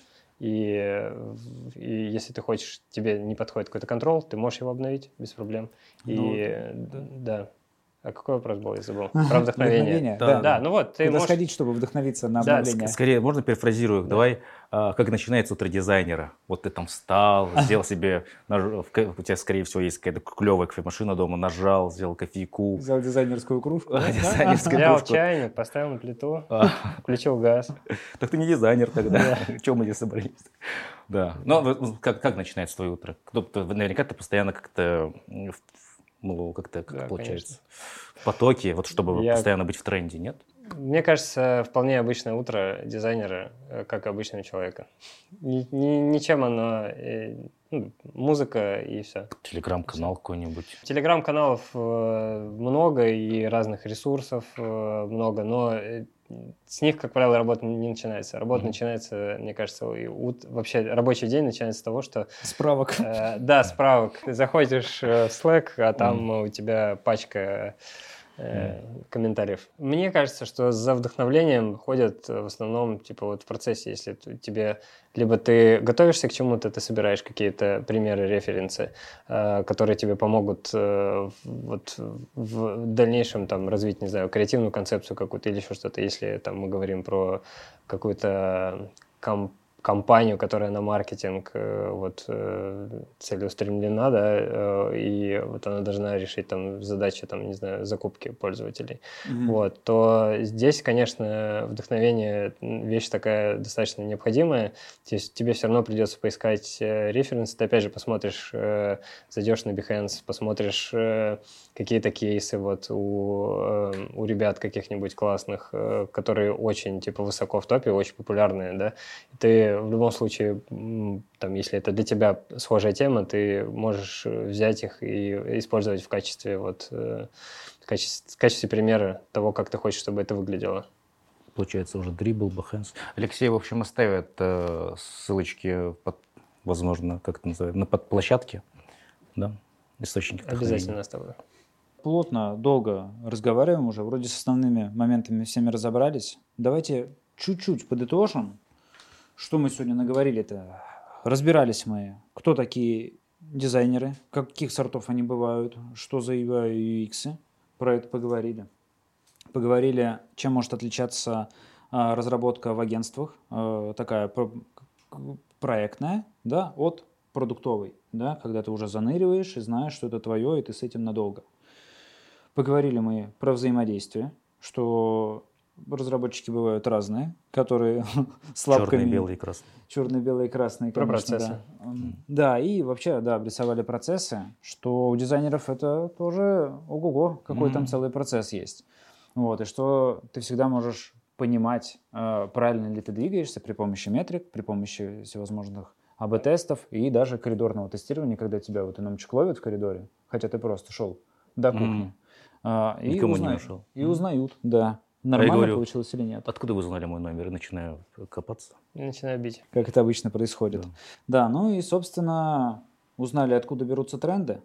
И, и если ты хочешь, тебе не подходит какой-то контрол, ты можешь его обновить без проблем. Ну, и да. да. А какой вопрос был, я забыл? Про вдохновение. Вдохновение, Да, да. да, ну вот ты Куда можешь... сходить, чтобы вдохновиться на Да, обновление? Ск- Скорее, можно перефразирую? Да. Давай, а, как начинается утро дизайнера. Вот ты там встал, сделал себе, наж- в ка- у тебя, скорее всего, есть какая-то клевая кофемашина дома, нажал, сделал кофейку. Взял дизайнерскую кружку. А, дизайнерскую Взял кружку. чайник, поставил на плиту, А, включил газ. Так ты не дизайнер тогда. Чего мы здесь собрались? Да. Но вот как, как начинается твое утро? Кто-то, наверняка ты постоянно как-то, м, в- ну, как-то, как Да, получается, в потоке, вот чтобы Я- постоянно быть в тренде, нет? Мне кажется, вполне обычное утро дизайнера, э, как обычного человека. Ни- ни- ничем оно... э, ну, музыка и все. Телеграм-канал какой-нибудь. Телеграм-каналов э, много и разных ресурсов э, много, но э, с них, как правило, работа не начинается. Работа Мгм. начинается, мне кажется, и ут- вообще рабочий день начинается с того, что Справок. Э, Да, справок. Ты заходишь э, в Slack, а там у тебя пачка э, комментариев. Мне кажется, что за вдохновлением ходят э, в основном, типа, вот в процессе, если т- тебе либо ты готовишься к чему-то, ты собираешь какие-то примеры, референсы, э, которые тебе помогут э, в- вот в дальнейшем там развить, не знаю, креативную концепцию какую-то или еще что-то, если там мы говорим про какую-то ком- компанию, которая на маркетинг э, вот э, целеустремлена, да, э, и вот она должна решить там задачи, там, не знаю, закупки пользователей, Мгм. вот, то здесь, конечно, вдохновение м, вещь такая достаточно необходимая. То есть тебе все равно придется поискать э, референсы, ты опять же посмотришь, э, зайдешь на Behance, посмотришь э, какие-то кейсы вот у, э, у ребят каких-нибудь классных, э, которые очень типа высоко в топе, очень популярные, да, ты в любом случае, м, там, если это для тебя схожая тема, ты можешь э, взять их и использовать в качестве, вот, э, в качестве, в качестве примера того, как ты хочешь, чтобы это выглядело. Получается уже Dribble, Behance. Алексей, в общем, оставит э, ссылочки, под, возможно, как это называется, на подплощадке, да, источники вдохновения. Обязательно оставлю. Плотно, долго разговариваем уже. Вроде с основными моментами всеми разобрались. Давайте чуть-чуть подытожим, что мы сегодня наговорили-то. Разбирались мы, кто такие дизайнеры, каких сортов они бывают, что за ю ай и ю экс. Про это поговорили. Поговорили, чем может отличаться а, разработка в агентствах, а, такая про- к- проектная, да, от продуктовой, да, когда ты уже заныриваешь и знаешь, что это твое, и ты с этим надолго. Поговорили мы про взаимодействие, что разработчики бывают разные, которые с лапками... Черный, белый, красный. Черный, белый, красный, Про конечно, процессы. да. М, Да, и вообще, да, обрисовали процессы, что у дизайнеров это тоже ого-го, какой там М. целый процесс есть. Вот, и что ты всегда можешь понимать, э, правильно ли ты двигаешься при помощи метрик, при помощи всевозможных эй би-тестов и даже коридорного тестирования, когда тебя вот иномчик ловят в коридоре, хотя ты просто шел до кухни. М. А, и Никому не узна- нашел. И М. узнают, да, нормально говорю, получилось или нет. Откуда вы узнали мой номер? И начинаю копаться. И начинаю бить. Как это обычно происходит. Да. Да, ну и, собственно, узнали, откуда берутся тренды.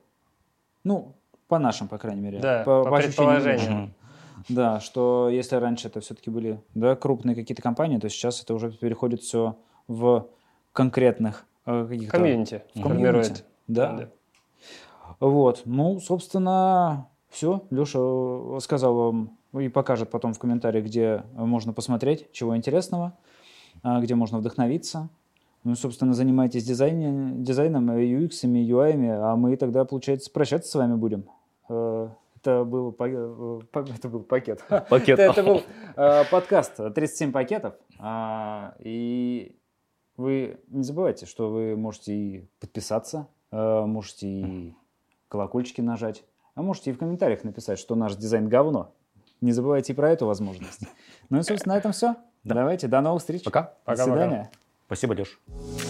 Ну, по нашим, по крайней мере. Да, по ощущениям предположениям. личным. Да, что если раньше это все-таки были, да, крупные какие-то компании, то сейчас это уже переходит все в конкретных э, каких-то... Комьюнити В формирует комьюнити, да. тренды. Вот, ну, собственно, все. Леша э, сказал вам и покажет потом в комментариях, где можно посмотреть, чего интересного, а, где можно вдохновиться. Ну, и, собственно, занимайтесь дизайне, дизайном, ю экс, ю ай, а мы тогда, получается, прощаться с вами будем. Э, Это был, па- э, па- это был пакет. Пакет. Это был э, подкаст тридцать семь пакетов. А, И вы не забывайте, что вы можете и подписаться, э, можете и колокольчики нажать, а можете и в комментариях написать, что наш дизайн говно. Не забывайте и про эту возможность. Ну и, собственно, на этом все. Да. Давайте, до новых встреч. Пока. До Пока-пока. свидания. Спасибо, Леш.